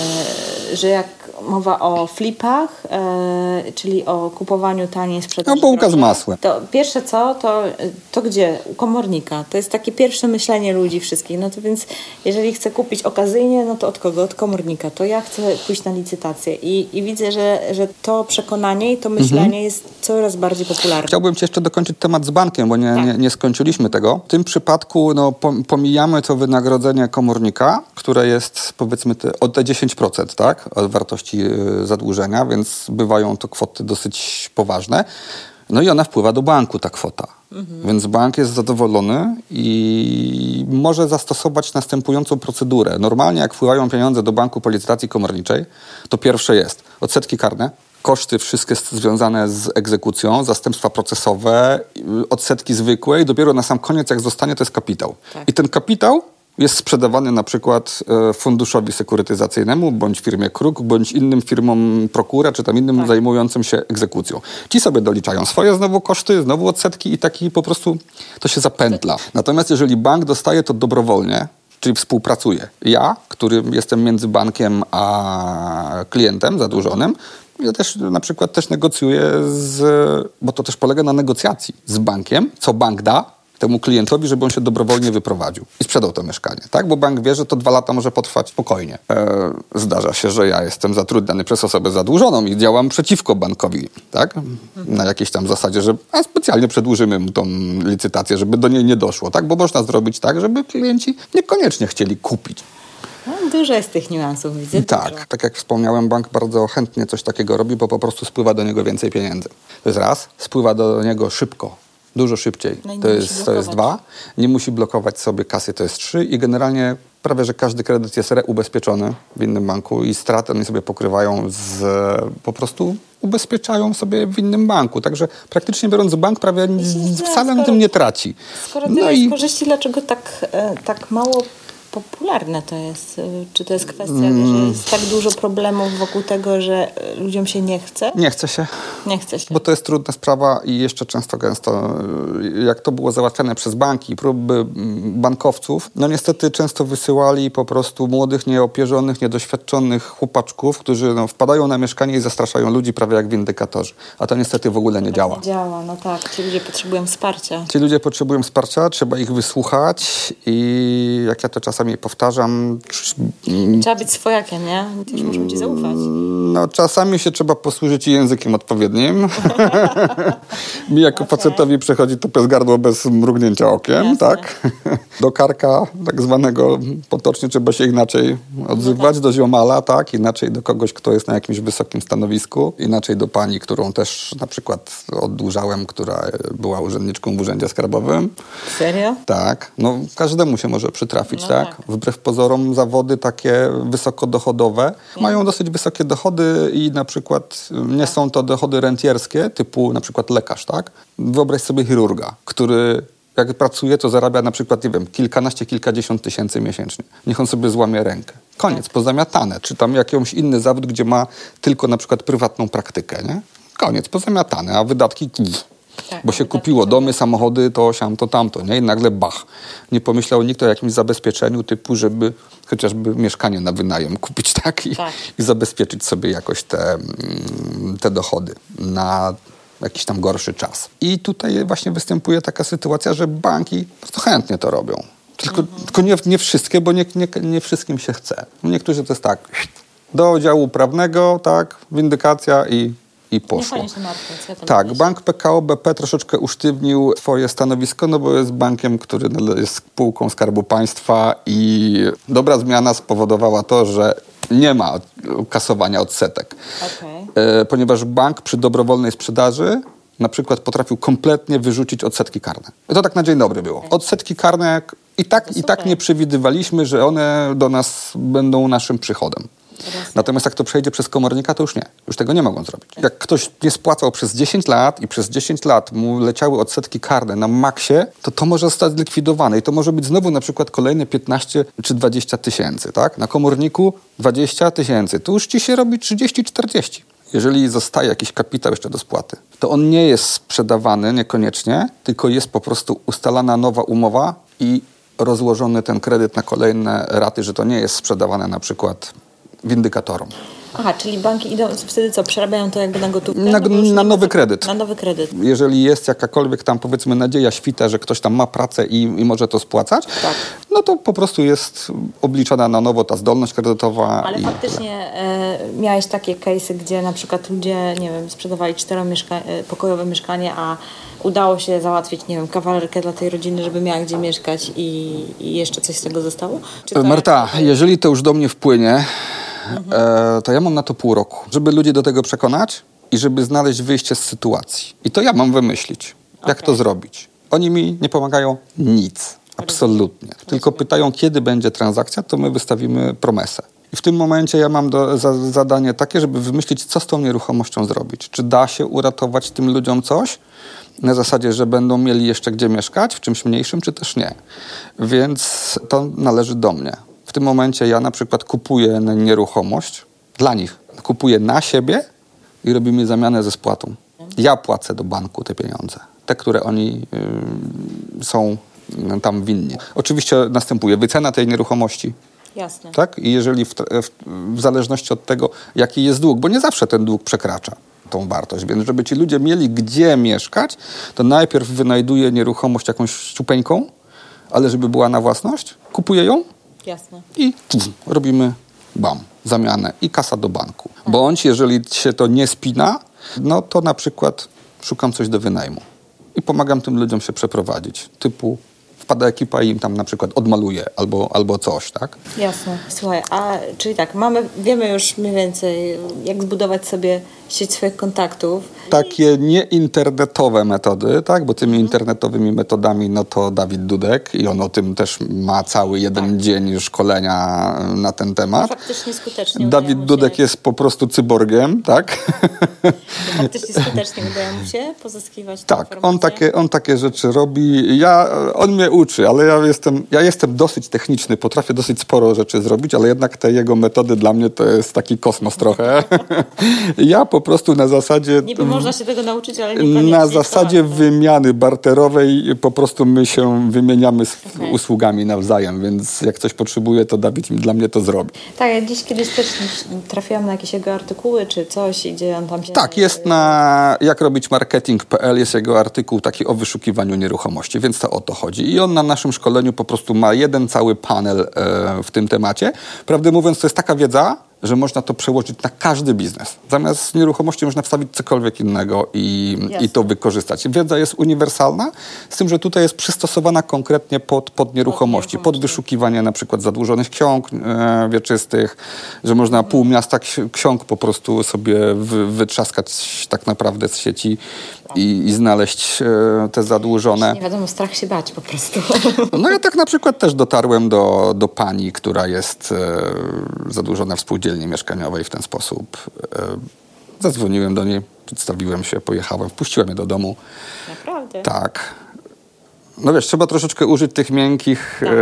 e, że jak mowa o flipach, e, czyli o kupowaniu taniej, sprzedaży no, bułka z masłem. To pierwsze co, to, to gdzie? U komornika. To jest takie pierwsze myślenie ludzi wszystkich. No to więc jeżeli chcę kupić okazyjnie, no to od kogo? Od komornika. To ja chcę pójść na licytację. I, i widzę, że, że to przekonanie i to myślenie mhm. jest coraz bardziej popularne. Chciałbym ci jeszcze dokończyć temat z bankiem, bo nie, tak. nie, nie skończyliśmy tego. W tym przypadku no, pomijamy to wynagrodzenie komornika, które jest powiedzmy te, o te dziesięć procent, tak? Od wartości zadłużenia, więc bywają to kwoty dosyć poważne. No i ona wpływa do banku, ta kwota. Mhm. Więc bank jest zadowolony i może zastosować następującą procedurę. Normalnie jak wpływają pieniądze do banku po licytacji komorniczej, to pierwsze jest odsetki karne, koszty wszystkie związane z egzekucją, zastępstwa procesowe, odsetki zwykłe i dopiero na sam koniec, jak zostanie, to jest kapitał. Tak. I ten kapitał jest sprzedawany na przykład funduszowi sekurytyzacyjnemu, bądź firmie Kruk, bądź innym firmom Prokura, czy tam innym tak. zajmującym się egzekucją. Ci sobie doliczają swoje znowu koszty, znowu odsetki i taki po prostu to się zapętla. Natomiast jeżeli bank dostaje to dobrowolnie, czyli współpracuje, ja, który jestem między bankiem a klientem zadłużonym, ja też na przykład też negocjuję z, bo to też polega na negocjacji z bankiem, co bank da temu klientowi, żeby on się dobrowolnie wyprowadził i sprzedał to mieszkanie, tak? Bo bank wie, że to dwa lata może potrwać spokojnie. E, zdarza się, że ja jestem zatrudniany przez osobę zadłużoną i działam przeciwko bankowi, tak? Na jakiejś tam zasadzie, że a specjalnie przedłużymy mu tą licytację, żeby do niej nie doszło, tak? Bo można zrobić tak, żeby klienci niekoniecznie chcieli kupić. No, dużo jest tych niuansów, widzę. Tak, dużo. Tak jak wspomniałem, bank bardzo chętnie coś takiego robi, bo po prostu spływa do niego więcej pieniędzy. To jest raz, spływa do niego szybko. Dużo szybciej. No to, jest, to jest dwa. Nie musi blokować sobie kasy, to jest trzy. I generalnie prawie, że każdy kredyt jest reubezpieczony w innym banku i straty oni sobie pokrywają z... po prostu ubezpieczają sobie w innym banku. Także praktycznie biorąc, bank prawie wcale na tym nie traci. Skoro tyle no jest i... korzyści, dlaczego tak, tak mało popularne to jest? Czy to jest kwestia, mm. że jest tak dużo problemów wokół tego, że ludziom się nie chce? Nie chce się. Nie chce się. Bo to jest trudna sprawa i jeszcze często gęsto, jak to było załatwiane przez banki, próby bankowców, no niestety często wysyłali po prostu młodych, nieopierzonych, niedoświadczonych chłopaczków, którzy no, wpadają na mieszkanie i zastraszają ludzi prawie jak windykatorzy. A to niestety w ogóle nie to działa. Nie działa, no tak. Ci ludzie potrzebują wsparcia. Ci ludzie potrzebują wsparcia, trzeba ich wysłuchać i jak ja to czasami powtarzam... Trzeba być swojakiem, nie? Też musimy ci zaufać. No czasami się trzeba posłużyć językiem odpowiednim. Mi jako okay. facetowi przechodzi to przez gardło bez mrugnięcia okiem, jasne. Tak? Do karka tak zwanego potocznie trzeba się inaczej odzywać, no tak. Do ziomala, tak? Inaczej do kogoś, kto jest na jakimś wysokim stanowisku, inaczej do pani, którą też na przykład oddłużałem, która była urzędniczką w urzędzie skarbowym. Serio? Tak. No każdemu się może przytrafić, no tak? tak? Wbrew pozorom zawody takie wysokodochodowe nie. Mają dosyć wysokie dochody i na przykład nie są to dochody rentierskie, typu na przykład lekarz, tak? Wyobraź sobie chirurga, który jak pracuje, to zarabia na przykład, nie wiem, kilkanaście, kilkadziesiąt tysięcy miesięcznie. Niech on sobie złamie rękę. Koniec, tak. Pozamiatane. Czy tam jakiś inny zawód, gdzie ma tylko na przykład prywatną praktykę, nie? Koniec, pozamiatane, a wydatki... Tak, bo się kupiło domy, samochody, to siam, to tamto, nie? I nagle bach. Nie pomyślał nikt o jakimś zabezpieczeniu typu, żeby chociażby mieszkanie na wynajem kupić, tak? I, tak. i zabezpieczyć sobie jakoś te, te dochody na jakiś tam gorszy czas. I tutaj właśnie występuje taka sytuacja, że banki bardzo chętnie to robią. Tylko, mhm. tylko nie, nie wszystkie, bo nie, nie, nie wszystkim się chce. Niektórzy to jest tak, do działu prawnego, tak, windykacja i I poszło. Nie się martwić, ja tak, myślę. Bank P K O B P troszeczkę usztywnił swoje stanowisko, no bo jest bankiem, który jest spółką Skarbu Państwa i dobra zmiana spowodowała to, że nie ma kasowania odsetek. Okay. E, ponieważ bank przy dobrowolnej sprzedaży na przykład potrafił kompletnie wyrzucić odsetki karne. I to tak na dzień dobry było. Odsetki karne i tak, i tak nie przewidywaliśmy, że one do nas będą naszym przychodem. Natomiast jak to przejdzie przez komornika, to już nie. Już tego nie mogą zrobić. Jak ktoś nie spłacał przez dziesięć lat i przez dziesięć lat mu leciały odsetki karne na maksie, to to może zostać zlikwidowane i to może być znowu na przykład kolejne piętnaście czy dwadzieścia tysięcy, tak? Na komorniku dwadzieścia tysięcy. To już ci się robi trzydzieści czterdzieści. Jeżeli zostaje jakiś kapitał jeszcze do spłaty, to on nie jest sprzedawany niekoniecznie, tylko jest po prostu ustalana nowa umowa i rozłożony ten kredyt na kolejne raty, że to nie jest sprzedawane na przykład windykatorom. Aha, czyli banki idą, wtedy co, przerabiają to jakby na gotówkę? Na, no na nowy kredyt. Na nowy kredyt. Jeżeli jest jakakolwiek tam, powiedzmy, nadzieja świta, że ktoś tam ma pracę i, i może to spłacać, tak. No to po prostu jest obliczana na nowo ta zdolność kredytowa. Ale i faktycznie e, miałeś takie case'y, gdzie na przykład ludzie, nie wiem, sprzedawali czteropokojowe mieszkanie, a udało się załatwić, nie wiem, kawalerkę dla tej rodziny, żeby miała gdzie mieszkać i, i jeszcze coś z tego zostało? Czy to Marta, jak... jeżeli to już do mnie wpłynie, Mhm. E, to ja mam na to pół roku, żeby ludzi do tego przekonać i żeby znaleźć wyjście z sytuacji. I to ja mam wymyślić, jak okay. to zrobić. Oni mi nie pomagają nic. Absolutnie. Rozumiem. Tylko pytają, kiedy będzie transakcja, to my wystawimy promesę. I w tym momencie ja mam do, za, zadanie takie, żeby wymyślić, co z tą nieruchomością zrobić. Czy da się uratować tym ludziom coś? Na zasadzie, że będą mieli jeszcze gdzie mieszkać, w czymś mniejszym, czy też nie. Więc to należy do mnie. W tym momencie ja na przykład kupuję nieruchomość dla nich. Kupuję na siebie i robimy zamianę ze spłatą. Ja płacę do banku te pieniądze. Te, które oni y, są tam winni. Oczywiście następuje wycena tej nieruchomości. Jasne. Tak? I jeżeli w, w, w zależności od tego, jaki jest dług, bo nie zawsze ten dług przekracza tą wartość, więc żeby ci ludzie mieli gdzie mieszkać, to najpierw wynajduję nieruchomość jakąś szczupeńką, ale żeby była na własność, kupuję ją. Jasne. I tf, robimy bam, zamianę i kasa do banku. Bądź jeżeli się to nie spina, no to na przykład szukam coś do wynajmu i pomagam tym ludziom się przeprowadzić, typu wpada ekipa i im tam na przykład odmaluje albo, albo coś, tak? Jasne. Słuchaj, a czyli tak, mamy, wiemy już mniej więcej, jak zbudować sobie sieć swoich kontaktów. Takie nieinternetowe metody, tak? Bo tymi internetowymi metodami, no to Dawid Dudek i on o tym też ma cały jeden tak. dzień szkolenia na ten temat. To faktycznie skutecznie. Dawid Dudek się... jest po prostu cyborgiem, tak? To faktycznie skutecznie udaje mu się pozyskiwać tak, informacje. on takie, on takie rzeczy robi. Ja, on mnie uczy, ale ja jestem, ja jestem dosyć techniczny, potrafię dosyć sporo rzeczy zrobić, ale jednak te jego metody dla mnie to jest taki kosmos trochę. Ja po prostu na zasadzie... Niby można się tego nauczyć, ale niekoniecznie. Na zasadzie wymiany barterowej po prostu my się wymieniamy z okay. usługami nawzajem, więc jak coś potrzebuje, to Dawid dla mnie to zrobi. Tak, ja dziś kiedyś też trafiłam na jakieś jego artykuły czy coś, gdzie on tam się... Tak, jest na jak robić marketing kropka p l jest jego artykuł taki o wyszukiwaniu nieruchomości, więc to o to chodzi. I on na naszym szkoleniu po prostu ma jeden cały panel e, w tym temacie. Prawdę mówiąc, to jest taka wiedza, że można to przełożyć na każdy biznes. Zamiast nieruchomości można wstawić cokolwiek innego i, i to wykorzystać. Wiedza jest uniwersalna, z tym, że tutaj jest przystosowana konkretnie pod, pod nieruchomości, pod wyszukiwanie na przykład zadłużonych ksiąg e, wieczystych, że można mhm. pół miasta ksiąg po prostu sobie wy, wytrzaskać tak naprawdę z sieci i, i znaleźć e, te zadłużone. Nie wiadomo, strach się bać po prostu. No ja tak na przykład też dotarłem do, do pani, która jest e, zadłużona w spółdzielni mieszkaniowej w ten sposób. E, zadzwoniłem do niej, przedstawiłem się, pojechałem, wpuściłem je do domu. Naprawdę? Tak. No wiesz, trzeba troszeczkę użyć tych miękkich, tak.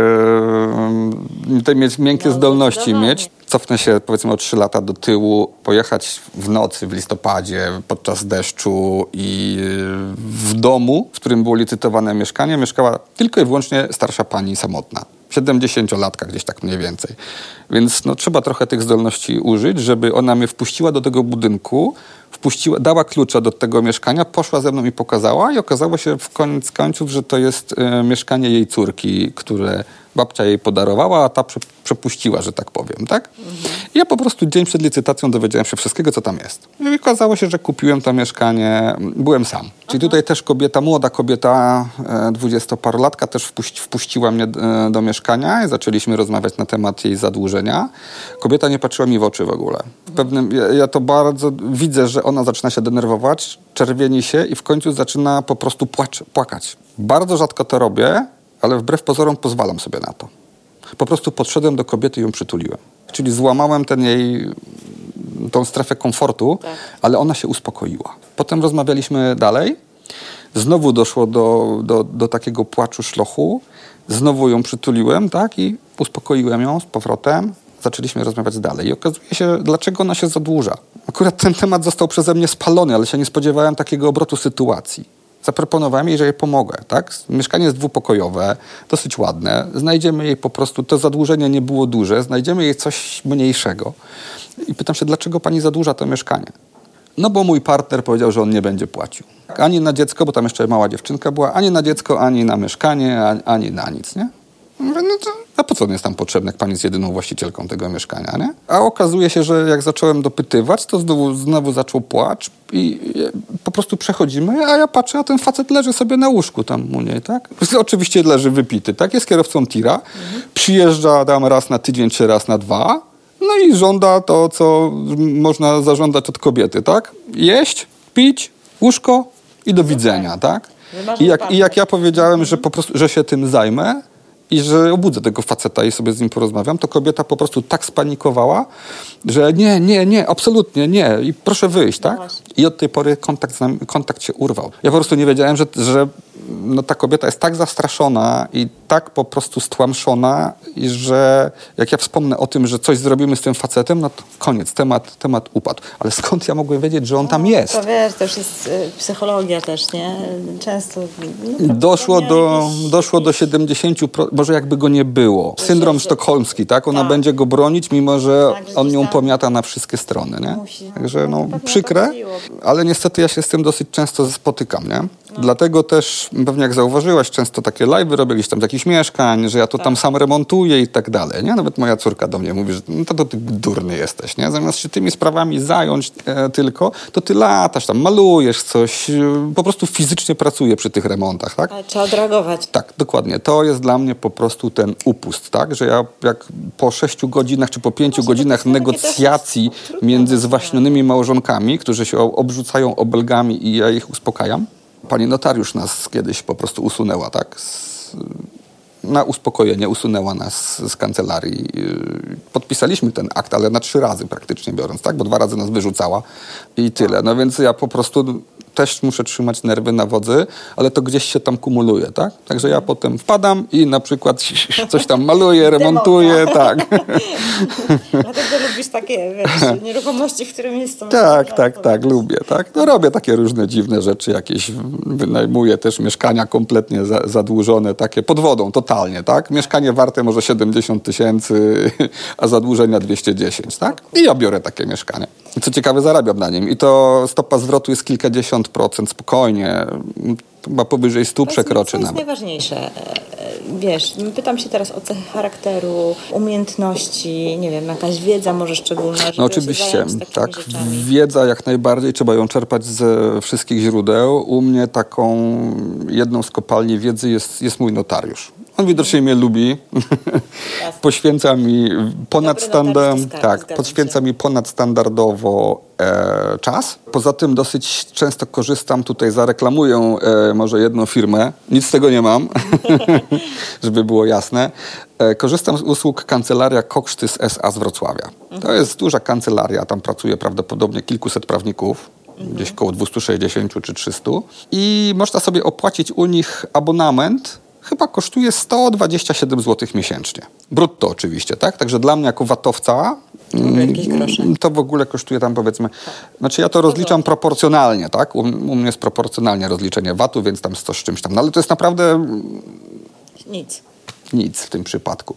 e, te mieć, miękkie no, zdolności mieć. Cofnę się powiedzmy o trzy lata do tyłu, pojechać w nocy, w listopadzie, podczas deszczu i w domu, w którym było licytowane mieszkanie, mieszkała tylko i wyłącznie starsza pani samotna. siedemdziesięciolatka gdzieś tak mniej więcej. Więc no, trzeba trochę tych zdolności użyć, żeby ona mnie wpuściła do tego budynku, wpuściła, dała klucza do tego mieszkania, poszła ze mną i pokazała i okazało się w koniec końców, że to jest e, mieszkanie jej córki, które babcia jej podarowała, a ta prze, przepuściła, że tak powiem, tak? Mhm. I ja po prostu dzień przed licytacją dowiedziałem się wszystkiego, co tam jest. I okazało się, że kupiłem to mieszkanie, byłem sam. Czyli Aha. tutaj też kobieta, młoda kobieta, dwudziestoparolatka też wpuści, wpuściła mnie e, do mieszkania i zaczęliśmy rozmawiać na temat jej zadłużenia. Kobieta nie patrzyła mi w oczy w ogóle. W pewnym, ja, ja to bardzo widzę, że ona zaczyna się denerwować, czerwieni się i w końcu zaczyna po prostu płacz, płakać. Bardzo rzadko to robię, ale wbrew pozorom pozwalam sobie na to. Po prostu podszedłem do kobiety i ją przytuliłem. Czyli złamałem ten jej, tą strefę komfortu, tak. ale ona się uspokoiła. Potem rozmawialiśmy dalej. Znowu doszło do, do, do takiego płaczu, szlochu. Znowu ją przytuliłem, tak, i uspokoiłem ją z powrotem. Zaczęliśmy rozmawiać dalej. I okazuje się, dlaczego ona się zadłuża. Akurat ten temat został przeze mnie spalony, ale się nie spodziewałem takiego obrotu sytuacji. Zaproponowałem jej, że jej pomogę, tak? Mieszkanie jest dwupokojowe, dosyć ładne. Znajdziemy jej po prostu, to zadłużenie nie było duże, znajdziemy jej coś mniejszego. I pytam się, dlaczego pani zadłuża to mieszkanie? No bo mój partner powiedział, że on nie będzie płacił. Ani na dziecko, bo tam jeszcze mała dziewczynka była, ani na dziecko, ani na mieszkanie, ani, ani na nic, nie? Mówię, no to, a po co on jest tam potrzebny, jak pani jest jedyną właścicielką tego mieszkania, nie? A okazuje się, że jak zacząłem dopytywać, to znowu, znowu zaczął płacz i, i po prostu przechodzimy, a ja patrzę, a ten facet leży sobie na łóżku tam u niej, tak? Oczywiście leży wypity, tak? Jest kierowcą tira, mhm. przyjeżdża tam raz na tydzień czy raz na dwa, no i żąda to, co można zażądać od kobiety, tak? Jeść, pić, łóżko i do widzenia, tak? I jak, I jak ja powiedziałem, mhm. że po prostu, że się tym zajmę, i że obudzę tego faceta i sobie z nim porozmawiam, to kobieta po prostu tak spanikowała, że nie, nie, nie, absolutnie nie i proszę wyjść, tak? No I od tej pory kontakt, z nami, kontakt się urwał. Ja po prostu nie wiedziałem, że, że no, ta kobieta jest tak zastraszona i tak po prostu stłamszona, i że jak ja wspomnę o tym, że coś zrobimy z tym facetem, no to koniec, temat, temat upadł. Ale skąd ja mogłem wiedzieć, że on tam jest? To wiesz, to już jest y, psychologia też, nie? Często... No, doszło do, jakieś, doszło jakieś... do siedemdziesięciu procent, może jakby go nie było. Syndrom że- sztokholmski, tak? Ona tak. będzie go bronić, mimo że Tak, że on gdzieś ją tam pomiata na wszystkie strony, nie? musi. Także No, no, to pewnie o to przykre, chodziło. ale niestety ja się z tym dosyć często spotykam, nie? Dlatego też, pewnie jak zauważyłaś, często takie live'y robię gdzieś tam z jakichś mieszkań, że ja to tam sam remontuję i tak dalej, nie? Nawet moja córka do mnie mówi, że no to, to ty durny jesteś, nie? Zamiast się tymi sprawami zająć e, tylko, to ty latasz tam, malujesz coś, e, po prostu fizycznie pracuję przy tych remontach, tak? Ale trzeba odreagować. Tak, dokładnie. To jest dla mnie po prostu ten upust, tak? Że ja jak po sześciu godzinach czy po pięciu Właśnie, godzinach to takie negocjacji też jest trudne między do zwaśnionymi małżonkami, którzy się o- obrzucają obelgami i ja ich uspokajam. Pani notariusz nas kiedyś po prostu usunęła, tak? Z, na uspokojenie usunęła nas z kancelarii. Yy, Podpisaliśmy ten akt, ale na trzy razy praktycznie biorąc, tak? Bo dwa razy nas wyrzucała i tyle. No więc ja po prostu też muszę trzymać nerwy na wodzy, ale to gdzieś się tam kumuluje, tak? Także ja potem wpadam i na przykład coś tam maluję, remontuję, tak. Dlatego lubisz takie, wiesz, nieruchomości, w którym jest to... Tak, tak, tak, lubię, tak. No robię takie różne dziwne rzeczy, jakieś wynajmuję też mieszkania kompletnie za, zadłużone, takie pod wodą, totalnie, tak? Mieszkanie warte może siedemdziesiąt tysięcy, a zadłużenia dwieście dziesięć, tak? I ja biorę takie mieszkanie. I co ciekawe, zarabiam na nim. I to stopa zwrotu jest kilkadziesiąt procent spokojnie. Chyba powyżej stu przekroczy Co jest nawet. najważniejsze? E, e, Wiesz, pytam się teraz o cechy charakteru, umiejętności, nie wiem, jakaś wiedza może szczególna, żeby No się oczywiście, zająć takimi tak. rzeczami. Wiedza jak najbardziej, trzeba ją czerpać ze wszystkich źródeł. U mnie taką jedną z kopalni wiedzy jest, jest mój notariusz. On widocznie mnie lubi. Poświęca mi ponadstandard, notariusz to skarb, tak, zgadzam poświęca się. mi ponadstandardowo e, czas. Poza tym dosyć często korzystam, tutaj zareklamuję e, może jedną firmę, nic z tego nie mam, żeby było jasne. E, korzystam z usług kancelaria Koksztys S A z Wrocławia. To jest duża kancelaria, tam pracuje prawdopodobnie kilkuset prawników. Gdzieś koło dwieście sześćdziesiąt czy trzysta. I można sobie opłacić u nich abonament. Chyba kosztuje sto dwadzieścia siedem złotych miesięcznie. Brutto oczywiście, tak? Także dla mnie jako watowca ogóle jakieś grosze. to w ogóle kosztuje tam powiedzmy... Znaczy ja to rozliczam proporcjonalnie, tak? U, u mnie jest proporcjonalnie rozliczenie vatu, więc tam sto z czymś tam. No ale to jest naprawdę Nic. nic w tym przypadku.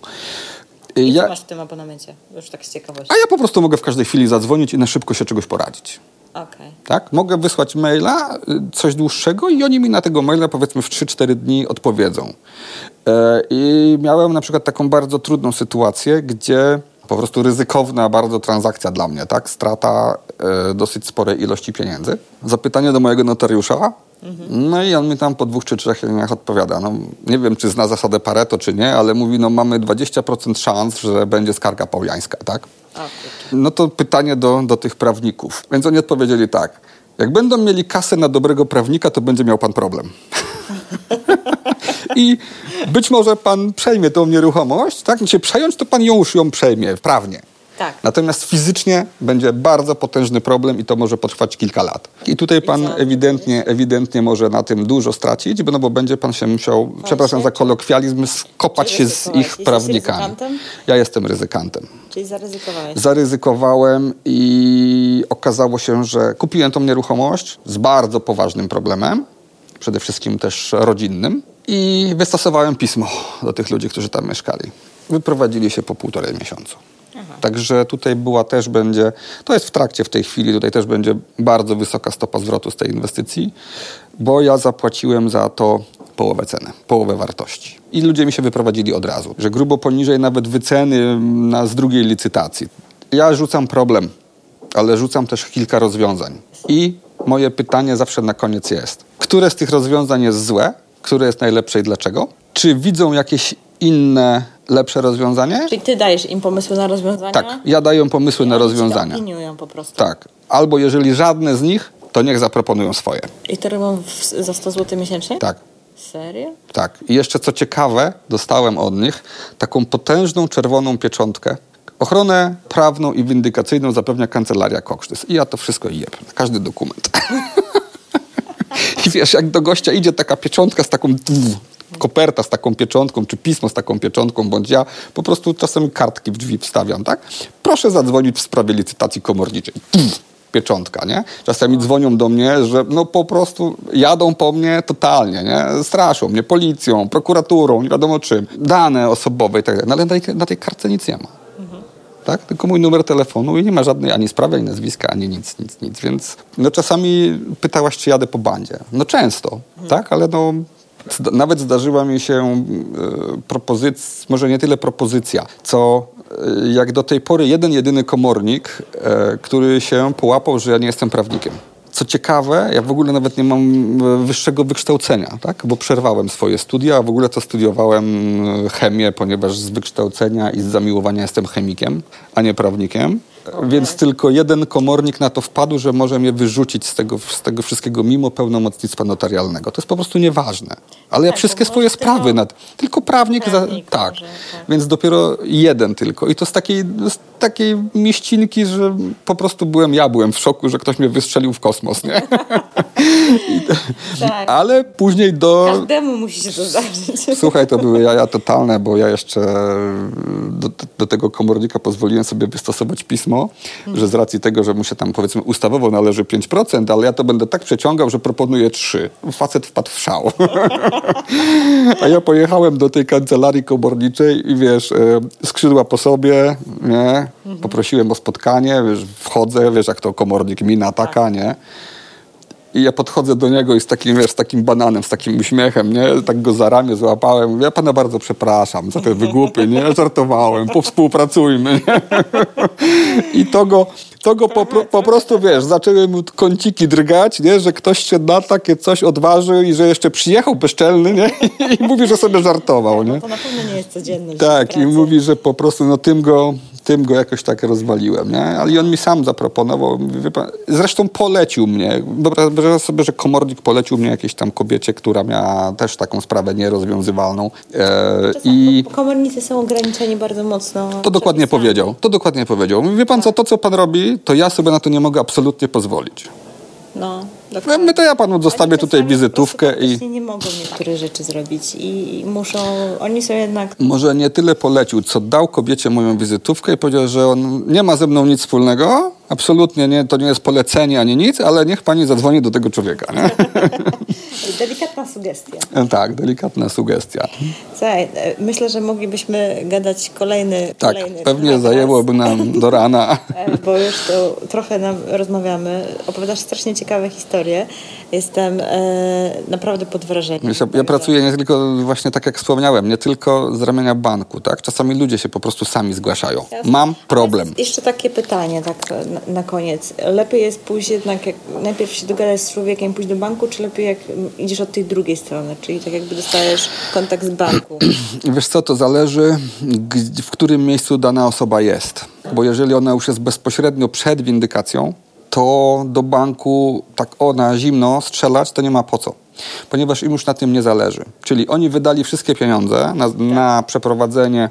I Ja, co masz w tym abonamencie? Już tak z ciekawości. a ja po prostu mogę w każdej chwili zadzwonić i na szybko się czegoś poradzić. Okej. Tak? Mogę wysłać maila, y, coś dłuższego i oni mi na tego maila powiedzmy w trzy cztery dni odpowiedzą. E, I miałem na przykład taką bardzo trudną sytuację, gdzie po prostu ryzykowna bardzo transakcja dla mnie, tak? Strata e, dosyć sporej ilości pieniędzy. Zapytanie do mojego notariusza, no i on mi tam po dwóch czy trzech dniach odpowiada. No, nie wiem, czy zna zasadę Pareto, czy nie, ale mówi, no mamy dwadzieścia procent szans, że będzie skarga paulańska, tak? O, kurczę. No to pytanie do, do tych prawników. Więc oni odpowiedzieli tak. Jak będą mieli kasę na dobrego prawnika, to będzie miał pan problem. I być może pan przejmie tą nieruchomość, tak? Znaczy przejąć, to pan ją już ją przejmie prawnie. Tak. Natomiast fizycznie będzie bardzo potężny problem i to może potrwać kilka lat. I tutaj pan co? ewidentnie, ewidentnie może na tym dużo stracić, bo, no bo będzie pan się musiał, przepraszam za kolokwializm, skopać Czyli się z ryzykowałeś? ich Jesteś prawnikami. ryzykantem? Ja jestem ryzykantem. Czyli zaryzykowałeś. Zaryzykowałem i okazało się, że kupiłem tą nieruchomość z bardzo poważnym problemem, przede wszystkim też rodzinnym, i wystosowałem pismo do tych ludzi, którzy tam mieszkali. Wyprowadzili się po półtorej miesiącu. Aha. Także tutaj była też będzie, to jest w trakcie w tej chwili, tutaj też będzie bardzo wysoka stopa zwrotu z tej inwestycji, bo ja zapłaciłem za to połowę ceny, połowę wartości. I ludzie mi się wyprowadzili od razu, że grubo poniżej nawet wyceny na, z drugiej licytacji. Ja rzucam problem, ale rzucam też kilka rozwiązań. I moje pytanie zawsze na koniec jest, które z tych rozwiązań jest złe, które jest najlepsze i dlaczego? Czy widzą jakieś inne, lepsze rozwiązanie? Czyli ty dajesz im pomysły na rozwiązania? Tak, ja daję pomysły i na oni ci to rozwiązania. opiniują po prostu. Tak. Albo jeżeli żadne z nich, to niech zaproponują swoje. I to robią w, za sto złotych miesięcznie? Tak. Serio? Tak. I jeszcze co ciekawe, dostałem od nich taką potężną czerwoną pieczątkę. Ochronę prawną i windykacyjną zapewnia kancelaria Koksztys. I ja to wszystko jeb. Na każdy dokument. I wiesz, jak do gościa idzie taka pieczątka z taką... koperta z taką pieczątką, czy pismo z taką pieczątką, bądź ja po prostu czasem kartki w drzwi wstawiam, tak? Proszę zadzwonić w sprawie licytacji komorniczej. Pieczątka, nie? Czasami dzwonią do mnie, że no po prostu jadą po mnie totalnie, nie? Straszą mnie policją, prokuraturą, nie wiadomo czym. Dane osobowe i tak dalej. No, ale na tej, na tej kartce nic nie ma. Mhm. Tak? Tylko mój numer telefonu i nie ma żadnej ani sprawy, ani nazwiska, ani nic, nic, nic. Więc no czasami pytałaś, czy jadę po bandzie. No często, mhm. tak? Ale no nawet zdarzyła mi się y, propozycja, może nie tyle propozycja, co y, jak do tej pory jeden, jedyny komornik, y, który się połapał, że ja nie jestem prawnikiem. Co ciekawe, ja w ogóle nawet nie mam wyższego wykształcenia, tak? Bo przerwałem swoje studia, a w ogóle to studiowałem chemię, ponieważ z wykształcenia i z zamiłowania jestem chemikiem, a nie prawnikiem. Okay. Więc tylko jeden komornik na to wpadł, że może mnie wyrzucić z tego, z tego wszystkiego mimo pełnomocnictwa notarialnego. To jest po prostu nieważne. Ale ja tak, wszystkie swoje sprawy... Tylko, nad, tylko prawnik... prawnik za, tak. Może, tak. Więc dopiero jeden tylko. I to z takiej, z takiej mieścinki, że po prostu byłem, ja byłem w szoku, że ktoś mnie wystrzelił w kosmos, nie? to, tak. Ale później do... Każdemu musi się to zdarzyć. Słuchaj, to były jaja totalne, bo ja jeszcze do, do tego komornika pozwoliłem sobie wystosować pismo, Hmm. że z racji tego, że mu się tam powiedzmy ustawowo należy pięć procent, ale ja to będę tak przeciągał, że proponuję trzy. Facet wpadł w szał. A ja pojechałem do tej kancelarii komorniczej i wiesz, skrzydła po sobie, nie? Poprosiłem o spotkanie, wiesz, wchodzę, wiesz jak to komornik, mina taka, nie? I ja podchodzę do niego i z takim, wiesz, z takim bananem, z takim uśmiechem, nie? Tak go za ramię złapałem. Mówię, ja pana bardzo przepraszam za te wygłupy, nie? Żartowałem, powspółpracujmy, nie? I to go, to go po, po prostu, wiesz, zaczęły mu kąciki drgać, nie? Że ktoś się na takie coś odważył i że jeszcze przyjechał bezczelny, nie? I mówi, że sobie żartował, nie? To na pewno nie jest codzienność. Tak, i mówi, że po prostu, no tym go... tym go jakoś tak rozwaliłem, nie? Ale i on mi sam zaproponował, wie pan, zresztą polecił mnie, wyobrażam sobie, że komornik polecił mnie jakiejś tam kobiecie, która miała też taką sprawę nierozwiązywalną. E, i komornicy są ograniczeni bardzo mocno. To dokładnie powiedział, to dokładnie powiedział. Mówi, wie pan co, to co pan robi, to ja sobie na to nie mogę absolutnie pozwolić. No, My to ja panu zostawię tutaj wizytówkę i... nie mogą niektóre rzeczy zrobić i muszą, oni są jednak... Może nie tyle polecił, co dał kobiecie moją wizytówkę i powiedział, że on nie ma ze mną nic wspólnego, absolutnie nie, to nie jest polecenie ani nic, ale niech pani zadzwoni do tego człowieka, nie? Delikatna sugestia. Tak, delikatna sugestia. Słuchaj, myślę, że moglibyśmy gadać kolejny... Tak, kolejny pewnie zajęłoby nam do rana. Bo już to trochę nam rozmawiamy. Opowiadasz strasznie ciekawe historie. Jestem e, naprawdę pod wrażeniem. Wiesz, ja, ja pracuję nie tylko, właśnie tak jak wspomniałem, nie tylko z ramienia banku, tak? Czasami ludzie się po prostu sami zgłaszają. Jasne. Mam problem. Jeszcze takie pytanie, tak na, na koniec. Lepiej jest pójść jednak, jak najpierw się dogadać z człowiekiem, pójść do banku, czy lepiej jak idziesz od tej drugiej strony? Czyli tak jakby dostajesz kontakt z banku. Wiesz co, to zależy, w którym miejscu dana osoba jest. Bo jeżeli ona już jest bezpośrednio przed windykacją, to do banku tak o na zimno strzelać to nie ma po co. Ponieważ im już na tym nie zależy. Czyli oni wydali wszystkie pieniądze na, na przeprowadzenie,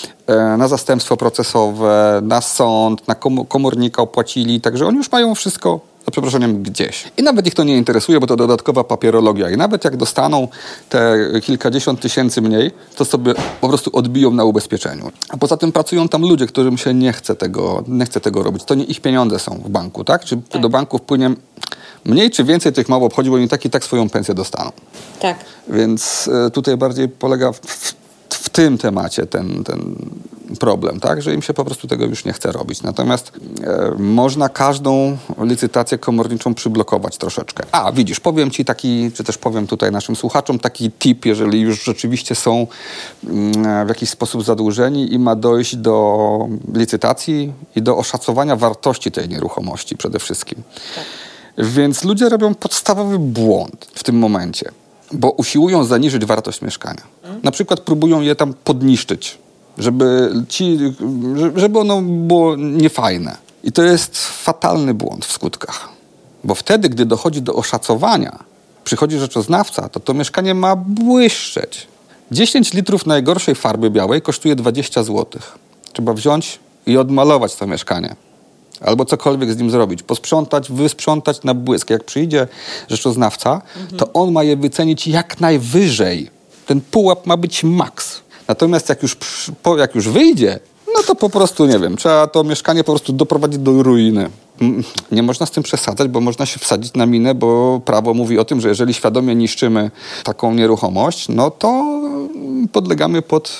e, na zastępstwo procesowe, na sąd, na kom- komornika opłacili, także oni już mają wszystko, za przeproszeniem, gdzieś. I nawet ich to nie interesuje, bo to dodatkowa papierologia. I nawet jak dostaną te kilkadziesiąt tysięcy mniej, to sobie po prostu odbiją na ubezpieczeniu. A poza tym pracują tam ludzie, którym się nie chce tego, nie chce tego robić. To nie ich pieniądze są w banku, tak? Czy tak. Do banku wpłynie mniej czy więcej, tych mało obchodzi, bo oni tak i tak swoją pensję dostaną. Tak. Więc tutaj bardziej polega w, w, w tym temacie ten, ten problem, tak? Że im się po prostu tego już nie chce robić. Natomiast e, można każdą licytację komorniczą przyblokować troszeczkę. A, widzisz, powiem ci taki, czy też powiem tutaj naszym słuchaczom taki tip, jeżeli już rzeczywiście są mm, w jakiś sposób zadłużeni i ma dojść do licytacji i do oszacowania wartości tej nieruchomości przede wszystkim. Tak. Więc ludzie robią podstawowy błąd w tym momencie, bo usiłują zaniżyć wartość mieszkania. Hmm? Na przykład próbują je tam podniszczyć, żeby, ci, żeby ono było niefajne. I to jest fatalny błąd w skutkach. Bo wtedy, gdy dochodzi do oszacowania, przychodzi rzeczoznawca, to to mieszkanie ma błyszczeć. dziesięć litrów najgorszej farby białej kosztuje dwadzieścia złotych. Trzeba wziąć i odmalować to mieszkanie. Albo cokolwiek z nim zrobić. Posprzątać, wysprzątać na błysk. Jak przyjdzie rzeczoznawca, mhm. to on ma je wycenić jak najwyżej. Ten pułap ma być maks. Natomiast jak już, jak już wyjdzie, no to po prostu, nie wiem, trzeba to mieszkanie po prostu doprowadzić do ruiny. Nie można z tym przesadzać, bo można się wsadzić na minę, bo prawo mówi o tym, że jeżeli świadomie niszczymy taką nieruchomość, no to podlegamy pod...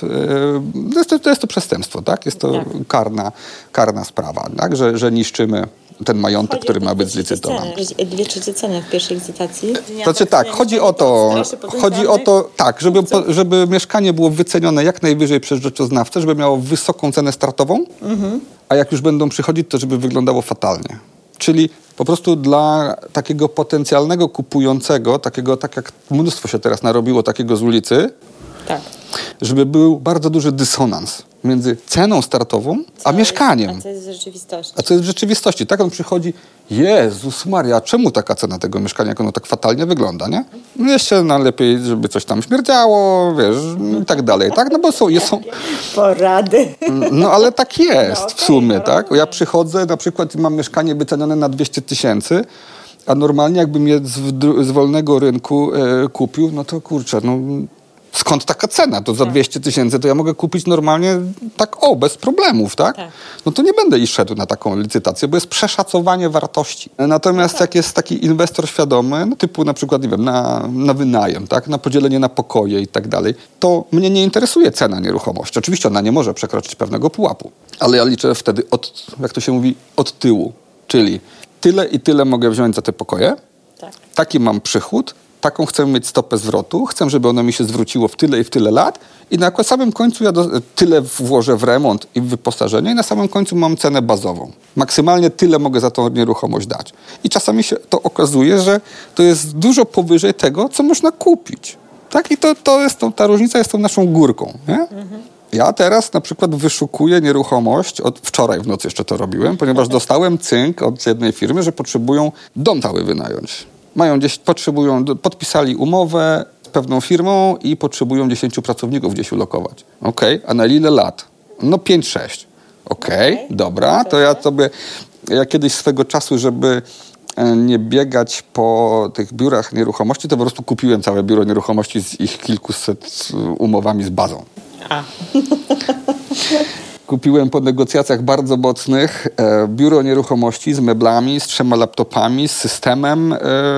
To jest to, to, jest to przestępstwo, tak? Jest to tak. karna, karna sprawa, tak? Że, że niszczymy ten majątek, chodzi który ma być zlicytowany. Dwie trzecie ceny w pierwszej licytacji. Znaczy tak, chodzi o to, chodzi o to, tak, żeby, po, żeby mieszkanie było wycenione jak najwyżej przez rzeczoznawcę, żeby miało wysoką cenę startową, mhm. a jak już będą przychodzić, to żeby wyglądało fatalnie. Czyli po prostu dla takiego potencjalnego kupującego, takiego, tak jak mnóstwo się teraz narobiło takiego z ulicy, tak. żeby był bardzo duży dysonans między ceną startową, co a jest, mieszkaniem. A co jest w rzeczywistości. A co jest w rzeczywistości. Tak on przychodzi, Jezus Maria, czemu taka cena tego mieszkania, jak ono tak fatalnie wygląda, nie? No jeszcze najlepiej, żeby coś tam śmierdziało, wiesz, i tak dalej, tak? No bo są... są porady. No ale tak jest no, okay, w sumie, tak? Ja przychodzę, na przykład mam mieszkanie wycenione na dwieście tysięcy, a normalnie jakbym je z, z wolnego rynku e, kupił, no to kurczę, no... Skąd taka cena? To za tak. dwieście tysięcy to ja mogę kupić normalnie tak o, bez problemów, tak? tak? No to nie będę iść szedł na taką licytację, bo jest przeszacowanie wartości. Natomiast no tak. jak jest taki inwestor świadomy, no typu na przykład, nie wiem, na, na wynajem, tak? Na podzielenie na pokoje i tak dalej, to mnie nie interesuje cena nieruchomości. Oczywiście ona nie może przekroczyć pewnego pułapu, ale ja liczę wtedy od, jak to się mówi, od tyłu. Czyli tyle i tyle mogę wziąć za te pokoje, tak. taki mam przychód, taką chcę mieć stopę zwrotu, chcę, żeby ono mi się zwróciło w tyle i w tyle lat i na samym końcu ja do, tyle włożę w remont i w wyposażenie i na samym końcu mam cenę bazową. Maksymalnie tyle mogę za tą nieruchomość dać. I czasami się to okazuje, że to jest dużo powyżej tego, co można kupić. Tak? I to, to jest to, ta różnica jest tą naszą górką. Nie? Mhm. Ja teraz na przykład wyszukuję nieruchomość, od wczoraj w nocy jeszcze to robiłem, ponieważ dostałem cynk od jednej firmy, że potrzebują dom cały wynająć. Mają gdzieś, potrzebują, podpisali umowę z pewną firmą i potrzebują dziesięciu pracowników gdzieś ulokować. Okej, okay. A na ile lat? No pięć sześć. Okej, okay, okay. Dobra, to ja sobie, ja kiedyś swego czasu, żeby nie biegać po tych biurach nieruchomości, to po prostu kupiłem całe biuro nieruchomości z ich kilkuset umowami z bazą. A. Kupiłem po negocjacjach bardzo mocnych e, biuro nieruchomości z meblami, z trzema laptopami, z systemem e,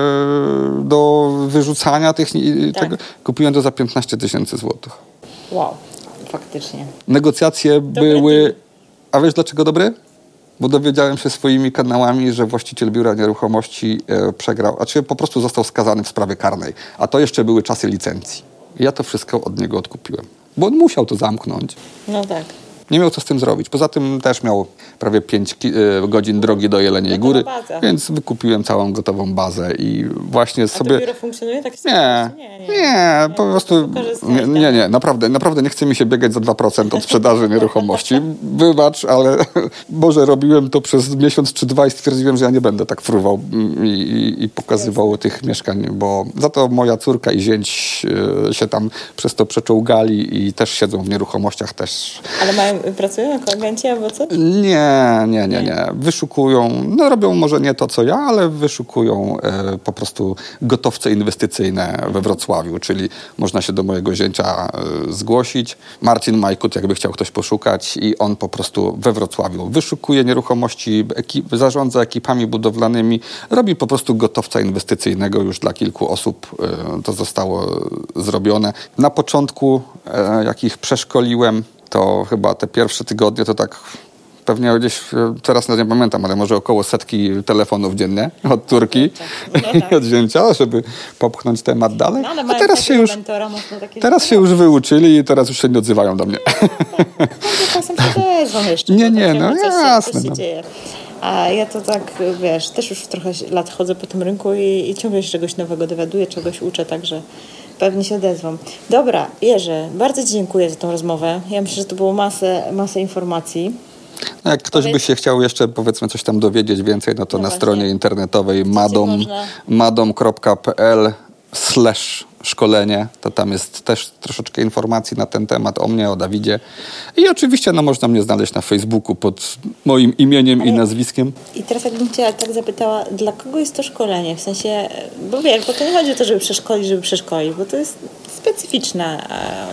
do wyrzucania tych... Tak. Tego. Kupiłem to za piętnaście tysięcy złotych. Wow, faktycznie. Negocjacje dobry były... Dzień. A wiesz dlaczego dobre? Bo dowiedziałem się swoimi kanałami, że właściciel biura nieruchomości e, przegrał, a czy po prostu został skazany w sprawie karnej. A to jeszcze były czasy licencji. I ja to wszystko od niego odkupiłem. Bo on musiał to zamknąć. No tak. Nie miał co z tym zrobić. Poza tym też miał prawie pięć ki- godzin drogi do Jeleniej Góry, więc wykupiłem całą gotową bazę i właśnie A sobie... A to biuro funkcjonuje tak? Nie, nie, nie, nie, po prostu... Nie, nie, nie, naprawdę, naprawdę nie chce mi się biegać za dwa procent od sprzedaży nieruchomości. Wybacz, ale może robiłem to przez miesiąc czy dwa i stwierdziłem, że ja nie będę tak fruwał i, i, i pokazywał Jasne. tych mieszkań, bo za to moja córka i zięć się tam przez to przeczołgali i też siedzą w nieruchomościach też. Ale mają pracują jako agenci albo co? Nie, nie, nie, nie. Wyszukują, no robią może nie to, co ja, ale wyszukują e, po prostu gotowce inwestycyjne we Wrocławiu, czyli można się do mojego zięcia e, zgłosić. Marcin Majkut, jakby chciał ktoś poszukać i on po prostu we Wrocławiu wyszukuje nieruchomości, ekip, zarządza ekipami budowlanymi, robi po prostu gotowca inwestycyjnego już dla kilku osób. E, to zostało zrobione. Na początku, e, jak ich przeszkoliłem, to chyba te pierwsze tygodnie to tak pewnie gdzieś, teraz nie pamiętam, ale może około setki telefonów dziennie od córki no tak. i od zięcia, żeby popchnąć temat dalej. No, a teraz się już teraz się już wyuczyli i teraz już się nie odzywają do mnie. No, czasem się odezwą jeszcze. Nie, nie, no jasne. Coś się dzieje. A ja to tak, wiesz, też już trochę lat chodzę po tym rynku i, i ciągle się czegoś nowego dowiaduję, czegoś uczę, także pewnie się odezwą. Dobra, Jerzy, bardzo Ci dziękuję za tą rozmowę. Ja myślę, że to było masę, masę informacji. No jak ktoś Powiedz... by się chciał jeszcze, powiedzmy, coś tam dowiedzieć więcej, no to no na właśnie. stronie internetowej madom, madom kropka p l slash szkolenie, to tam jest też troszeczkę informacji na ten temat, o mnie, o Dawidzie. I oczywiście no, można mnie znaleźć na Facebooku pod moim imieniem Ale i nazwiskiem. I teraz jakbym cię tak zapytała, dla kogo jest to szkolenie? W sensie, bo wiesz, bo to nie chodzi o to, żeby przeszkolić, żeby przeszkolić, bo to jest specyficzne.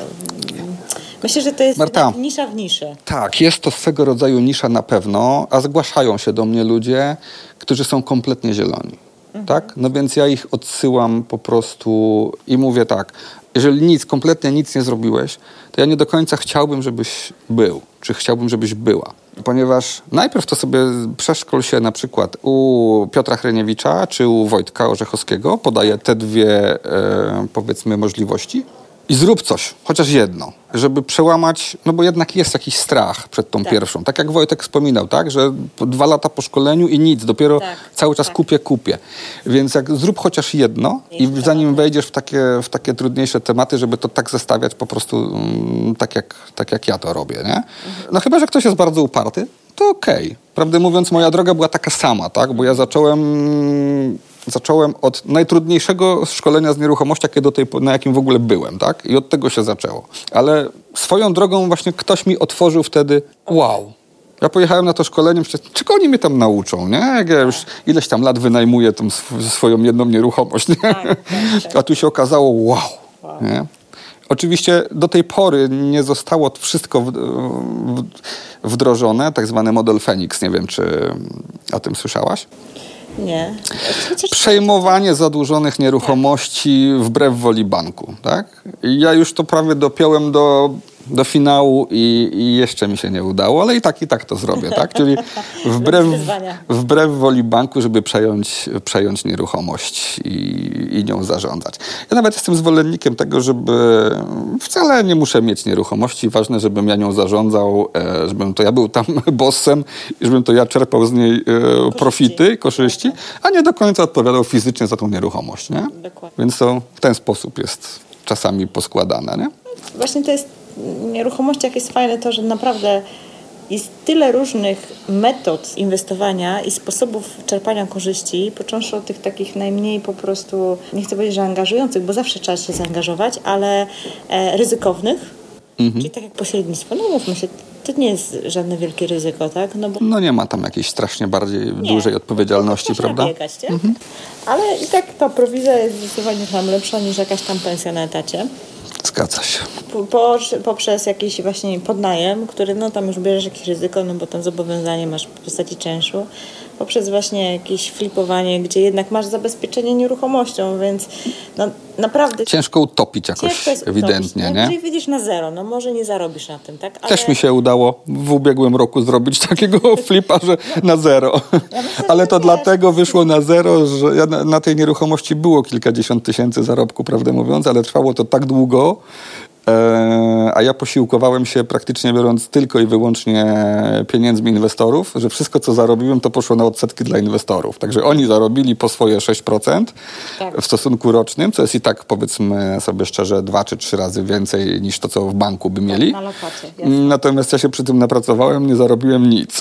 Myślę, że to jest Marta, nisza w niszy. Tak, jest to swego rodzaju nisza na pewno, a zgłaszają się do mnie ludzie, którzy są kompletnie zieloni. Mhm. Tak? No więc ja ich odsyłam po prostu i mówię tak, jeżeli nic, kompletnie nic nie zrobiłeś, to ja nie do końca chciałbym, żebyś był, czy chciałbym, żebyś była. Ponieważ najpierw to sobie przeszkol się na przykład u Piotra Hryniewicza, czy u Wojtka Orzechowskiego, podaję te dwie, e, powiedzmy, możliwości. I zrób coś, chociaż jedno, żeby przełamać, no bo jednak jest jakiś strach przed tą tak. pierwszą. Tak jak Wojtek wspominał, tak, że po dwa lata po szkoleniu i nic, dopiero tak, cały czas tak. kupię, kupię. Więc jak zrób chociaż jedno i zanim wejdziesz w takie, w takie trudniejsze tematy, żeby to tak zestawiać po prostu um, tak, jak, tak jak ja to robię, nie? Mhm. No chyba, że ktoś jest bardzo uparty, to okej. Okay. Prawdę mówiąc, moja droga była taka sama, tak, bo ja zacząłem... Zacząłem od najtrudniejszego szkolenia z nieruchomości, jakie do tej, na jakim w ogóle byłem, tak? I od tego się zaczęło. Ale swoją drogą właśnie ktoś mi otworzył wtedy, wow. Ja pojechałem na to szkolenie, myślę, czego oni mnie tam nauczą, nie? Jak ja już ileś tam lat wynajmuję tą sw- swoją jedną nieruchomość, nie? Tak, tak, tak. A tu się okazało, wow, wow. Nie? Oczywiście do tej pory nie zostało wszystko w, w, wdrożone, tak zwany model Feniks. Nie wiem, czy o tym słyszałaś? Nie. Przejmowanie zadłużonych nieruchomości tak. wbrew woli banku, tak? I ja już to prawie dopiąłem do, do finału i, i jeszcze mi się nie udało, ale i tak, i tak to zrobię, tak? Czyli wbrew, wbrew woli banku, żeby przejąć, przejąć nieruchomość i, i nią zarządzać. Ja nawet jestem zwolennikiem tego, żeby wcale nie muszę mieć nieruchomości. Ważne, żebym ja nią zarządzał, żebym to ja był tam bossem i żebym to ja czerpał z niej profity, korzyści, a nie do końca odpowiadał fizycznie za tą nieruchomość, nie? Dokładnie. Więc to w ten sposób jest czasami poskładane, nie? Właśnie to jest nieruchomościach jest fajne to, że naprawdę jest tyle różnych metod inwestowania i sposobów czerpania korzyści, począwszy od tych takich najmniej po prostu, nie chcę powiedzieć, że angażujących, bo zawsze trzeba się zaangażować, ale e, ryzykownych, mhm. czyli tak jak pośrednictwo. No mówmy się, to nie jest żadne wielkie ryzyko, tak? No, bo... no nie ma tam jakiejś strasznie bardziej nie, dużej odpowiedzialności, prawda? Biegać, nie? Mhm. Ale i tak ta prowizja jest zdecydowanie tam lepsza niż jakaś tam pensja na etacie. Zgadza się. Po, po, poprzez jakiś właśnie podnajem, który no tam już bierzesz jakieś ryzyko, no bo tam zobowiązanie masz w postaci czynszu. Poprzez właśnie jakieś flipowanie, gdzie jednak masz zabezpieczenie nieruchomością, więc no naprawdę... Ciężko utopić jakoś ewidentnie, utopić, nie? Czyli wyjdziesz na zero, no może nie zarobisz na tym, tak? Ale... Też mi się udało w ubiegłym roku zrobić takiego flipa, że na zero. Ja myślę, ale to dlatego wiesz, wyszło na zero, że ja na, na tej nieruchomości było kilkadziesiąt tysięcy zarobku, prawdę mówiąc, ale trwało to tak długo, a ja posiłkowałem się praktycznie biorąc tylko i wyłącznie pieniędzmi inwestorów, że wszystko co zarobiłem to poszło na odsetki dla inwestorów. Także oni zarobili po swoje sześć procent tak. w stosunku rocznym, co jest i tak powiedzmy sobie szczerze dwa czy trzy razy więcej niż to co w banku by mieli. Na lokacie, natomiast ja się przy tym napracowałem, nie zarobiłem nic.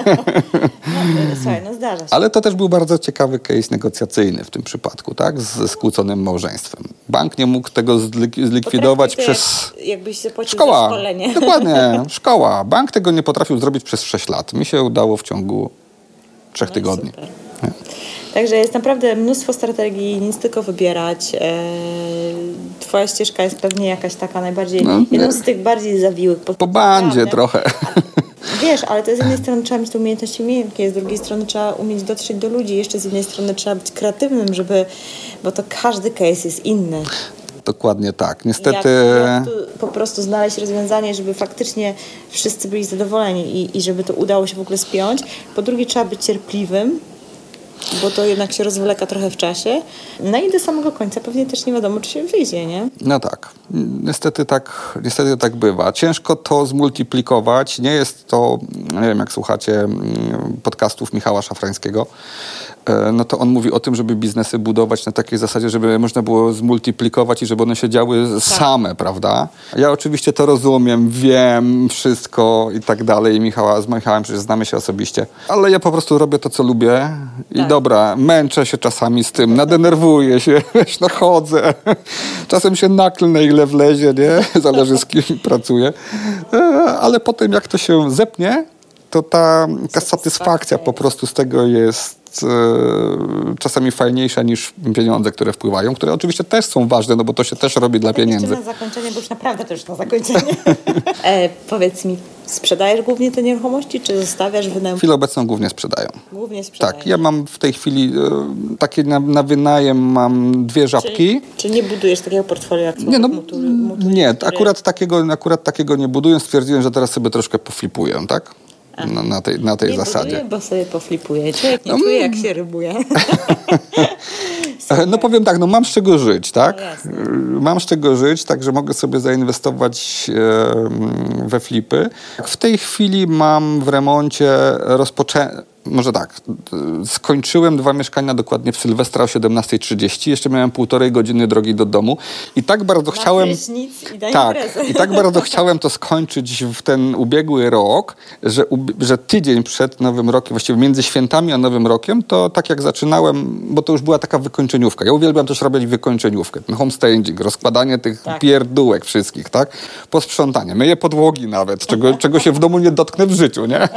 no, słuchaj, no zdarza się. Ale to też był bardzo ciekawy case negocjacyjny w tym przypadku, tak? Z skłóconym małżeństwem. Bank nie mógł tego zlik- zlikwidować przez jakbyś zapłacił szkoła. za szkolenie. Dokładnie, szkoła. Bank tego nie potrafił zrobić przez sześć lat. Mi się udało w ciągu trzech no tygodni. Także jest naprawdę mnóstwo strategii, nic tylko wybierać. Twoja ścieżka jest pewnie jakaś taka najbardziej, no, jedną z tych bardziej zawiłych. Po, po bandzie trochę. Wiesz, ale to z jednej strony trzeba mieć te umiejętności miękkie, z drugiej strony trzeba umieć dotrzeć do ludzi, jeszcze z jednej strony trzeba być kreatywnym, żeby, bo to każdy case jest inny. Dokładnie tak. Niestety... Jak, jak tu po prostu znaleźć rozwiązanie, żeby faktycznie wszyscy byli zadowoleni i, i żeby to udało się w ogóle spiąć. Po drugie trzeba być cierpliwym, bo to jednak się rozwleka trochę w czasie. No i do samego końca pewnie też nie wiadomo, czy się wyjdzie, nie? No tak. Niestety tak, niestety tak bywa. Ciężko to zmultiplikować. Nie jest to, nie wiem, jak słuchacie podcastów Michała Szafrańskiego, no to on mówi o tym, żeby biznesy budować na takiej zasadzie, żeby można było zmultiplikować i żeby one się działy tak. same, prawda? Ja oczywiście to rozumiem, wiem wszystko i tak dalej. Michała, z Michałem przecież znamy się osobiście, ale ja po prostu robię to, co lubię i tak. dobra, męczę się czasami z tym, nadenerwuję się, nachodzę, czasem się naklnę, ile wlezie, nie? Zależy z kim pracuję, ale potem jak to się zepnie, to ta, ta satysfakcja po prostu z tego jest e, czasami fajniejsza niż pieniądze, które wpływają, które oczywiście też są ważne, no bo to się też robi dla pieniędzy. Jeszcze na zakończenie, bo już naprawdę to już na zakończenie. e, powiedz mi, sprzedajesz głównie te nieruchomości, czy zostawiasz wynajem? W chwilę obecną głównie sprzedają. Głównie sprzedają. Tak, ja mam w tej chwili e, takie na, na wynajem mam dwie żabki. Czyli, czy nie budujesz takiego portfolio jak nie, no, mutu, mutu, nie, który... akurat takiego, akurat takiego nie buduję. Stwierdziłem, że teraz sobie troszkę poflipuję, tak? Na, na tej, na tej nie zasadzie. Buduję, bo sobie poflipuję. Człowiek nie no, czuje, jak się rybuje. No powiem tak, no mam z czego żyć, tak? No mam z czego żyć, także mogę sobie zainwestować e, we flipy. W tej chwili mam w remoncie rozpoczę... Może tak, skończyłem dwa mieszkania dokładnie w Sylwestra o siedemnasta trzydzieści. Jeszcze miałem półtorej godziny drogi do domu. I tak bardzo Na chciałem... i daj tak, imprezę. i tak bardzo chciałem to skończyć w ten ubiegły rok, że, że tydzień przed Nowym Rokiem, właściwie między świętami a Nowym Rokiem, to tak jak zaczynałem, bo to już była taka wykończeniówka. Ja uwielbiam też robić wykończeniówkę. Ten homestaging, rozkładanie tych tak. pierdółek wszystkich, tak? Posprzątanie, myję podłogi nawet, czego, czego się w domu nie dotknę w życiu, nie?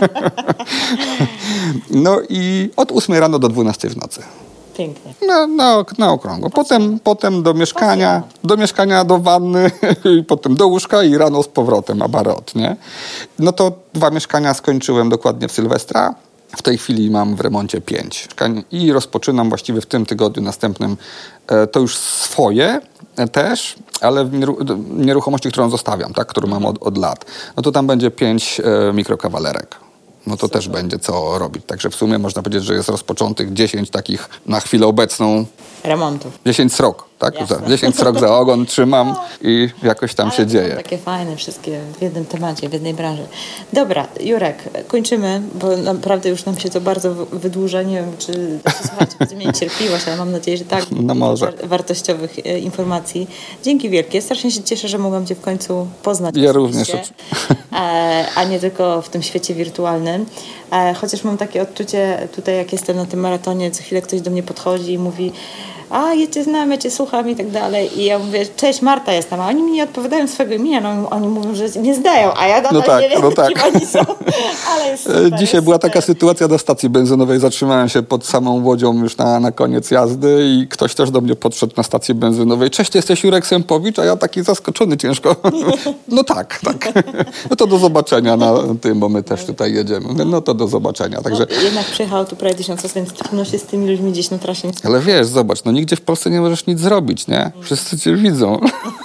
No i od ósmej rano do dwunastej w nocy. Pięknie. Na, na, na okrągło. Potem, potem do mieszkania, do mieszkania, do wanny, i potem do łóżka i rano z powrotem, abarot, nie? No to dwa mieszkania skończyłem dokładnie w Sylwestra. W tej chwili mam w remoncie pięć mieszkań i rozpoczynam właściwie w tym tygodniu następnym e, to już swoje e, też, ale w nieru- nieruchomości, którą zostawiam, tak, którą mam od, od lat. No to tam będzie pięć e, mikrokawalerek. No to Super. Też będzie co robić. Także w sumie można powiedzieć, że jest rozpoczętych dziesięć takich na chwilę obecną... remontów. dziesięć srok, tak? dziesięć srok za ogon trzymam i jakoś tam Ale się dzieje. Takie fajne wszystkie w jednym temacie, w jednej branży. Dobra, Jurek, kończymy, bo naprawdę już nam się to bardzo wydłuża. Nie wiem, czy słuchajcie, będziemy mieli cierpliwość, ale mam nadzieję, że tak. No może. War- wartościowych e, informacji. Dzięki wielkie. Strasznie się cieszę, że mogłam Cię w końcu poznać. Ja również. E, a nie tylko w tym świecie wirtualnym. E, chociaż mam takie odczucie tutaj, jak jestem na tym maratonie, co chwilę ktoś do mnie podchodzi i mówi: a ja Cię znam, ja Cię słucham i tak dalej. I ja mówię: cześć, Marta jestem. A oni mi nie odpowiadają swojego imienia. No, oni mówią, że nie zdają, a ja nadal no tak, nie wiem, no tak. kim oni są. Ale jest super, Dzisiaj jest była super. taka sytuacja na stacji benzynowej. Zatrzymałem się pod samą Łodzią już na, na koniec jazdy i ktoś też do mnie podszedł na stację benzynowej. Cześć, ty jesteś Jurek Sempowicz? A ja taki zaskoczony ciężko. No tak, tak. No to do zobaczenia na tym, bo my też tutaj jedziemy. No to do zobaczenia. Także... No, jednak przyjechało tu prawie tysiąc osób, więc trudno się z tymi ludźmi gdzieś na trasie. Ale wiesz, zobacz, no nigdzie w Polsce nie możesz nic zrobić, nie? Wszyscy cię widzą.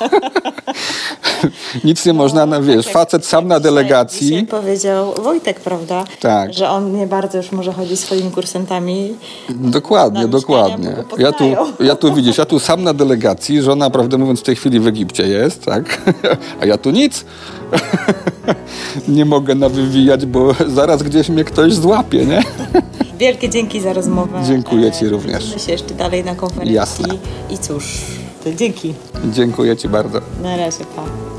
Nic nie no, można, no, wiesz, tak facet sam na delegacji. Dzisiaj powiedział Wojtek, prawda? Tak. Że on nie bardzo już może chodzić swoimi kursantami. Dokładnie, dokładnie. Ja tu, ja tu widzisz, ja tu sam na delegacji, żona, prawdę mówiąc, w tej chwili w Egipcie jest, tak? A ja tu nic. Nie mogę nawywijać, bo zaraz gdzieś mnie ktoś złapie, nie? Wielkie dzięki za rozmowę. Dziękuję Ci również. Widzimy się jeszcze dalej na konferencji. Jasne. I cóż, to dzięki. Dziękuję Ci bardzo. Na razie, pa.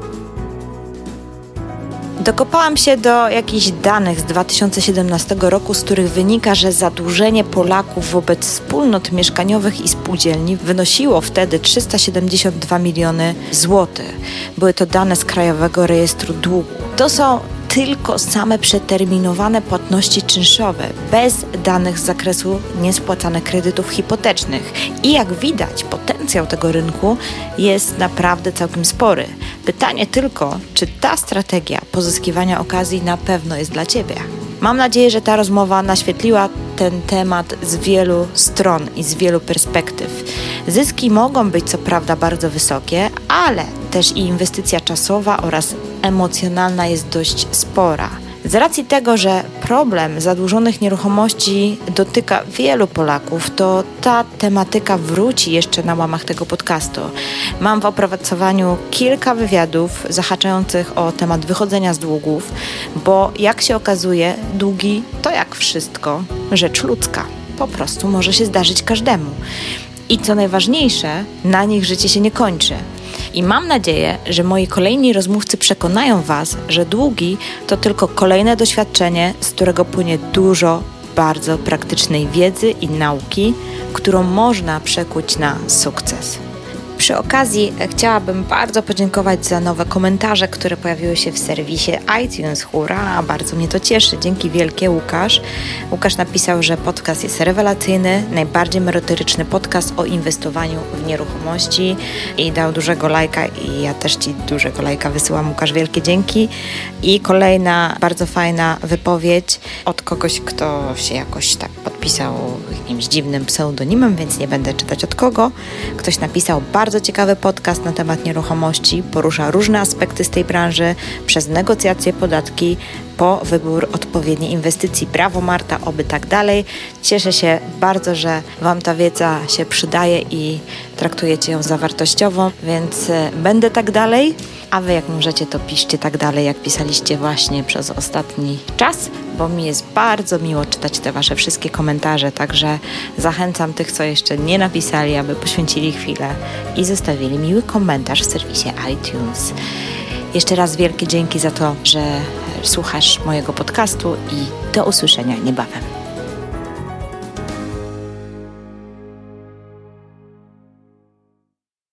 Dokopałam się do jakichś danych z dwa tysiące siedemnastego roku, z których wynika, że zadłużenie Polaków wobec wspólnot mieszkaniowych i spółdzielni wynosiło wtedy trzysta siedemdziesiąt dwa miliony złotych. Były to dane z Krajowego Rejestru Długu. To są tylko same przeterminowane płatności czynszowe, bez danych z zakresu niespłacanych kredytów hipotecznych. I jak widać, potencjał tego rynku jest naprawdę całkiem spory. Pytanie tylko, czy ta strategia pozyskiwania okazji na pewno jest dla Ciebie? Mam nadzieję, że ta rozmowa naświetliła ten temat z wielu stron i z wielu perspektyw. Zyski mogą być co prawda bardzo wysokie, ale też i inwestycja czasowa oraz emocjonalna jest dość spora. Z racji tego, że problem zadłużonych nieruchomości dotyka wielu Polaków, to ta tematyka wróci jeszcze na łamach tego podcastu. Mam w opracowaniu kilka wywiadów zahaczających o temat wychodzenia z długów, bo jak się okazuje, długi to jak wszystko rzecz ludzka. Po prostu może się zdarzyć każdemu. I co najważniejsze, na nich życie się nie kończy. I mam nadzieję, że moi kolejni rozmówcy przekonają Was, że długi to tylko kolejne doświadczenie, z którego płynie dużo bardzo praktycznej wiedzy i nauki, którą można przekuć na sukces. Przy okazji chciałabym bardzo podziękować za nowe komentarze, które pojawiły się w serwisie iTunes. Hurra, bardzo mnie to cieszy. Dzięki wielkie, Łukasz. Łukasz napisał, że podcast jest rewelacyjny, najbardziej merytoryczny podcast o inwestowaniu w nieruchomości i dał dużego lajka i ja też Ci dużego lajka wysyłam, Łukasz, wielkie dzięki. I kolejna bardzo fajna wypowiedź od kogoś, kto się jakoś tak podpisał jakimś dziwnym pseudonimem, więc nie będę czytać od kogo. Ktoś napisał: bardzo ciekawy podcast na temat nieruchomości, porusza różne aspekty z tej branży, przez negocjacje, podatki, po wybór odpowiedniej inwestycji. Brawo, Marta, oby tak dalej. Cieszę się bardzo, że Wam ta wiedza się przydaje i traktujecie ją za wartościową, więc będę tak dalej. A Wy, jak możecie, to piszcie tak dalej, jak pisaliście właśnie przez ostatni czas, bo mi jest bardzo miło czytać te Wasze wszystkie komentarze, także zachęcam tych, co jeszcze nie napisali, aby poświęcili chwilę i zostawili miły komentarz w serwisie iTunes. Jeszcze raz wielkie dzięki za to, że słuchasz mojego podcastu i do usłyszenia niebawem.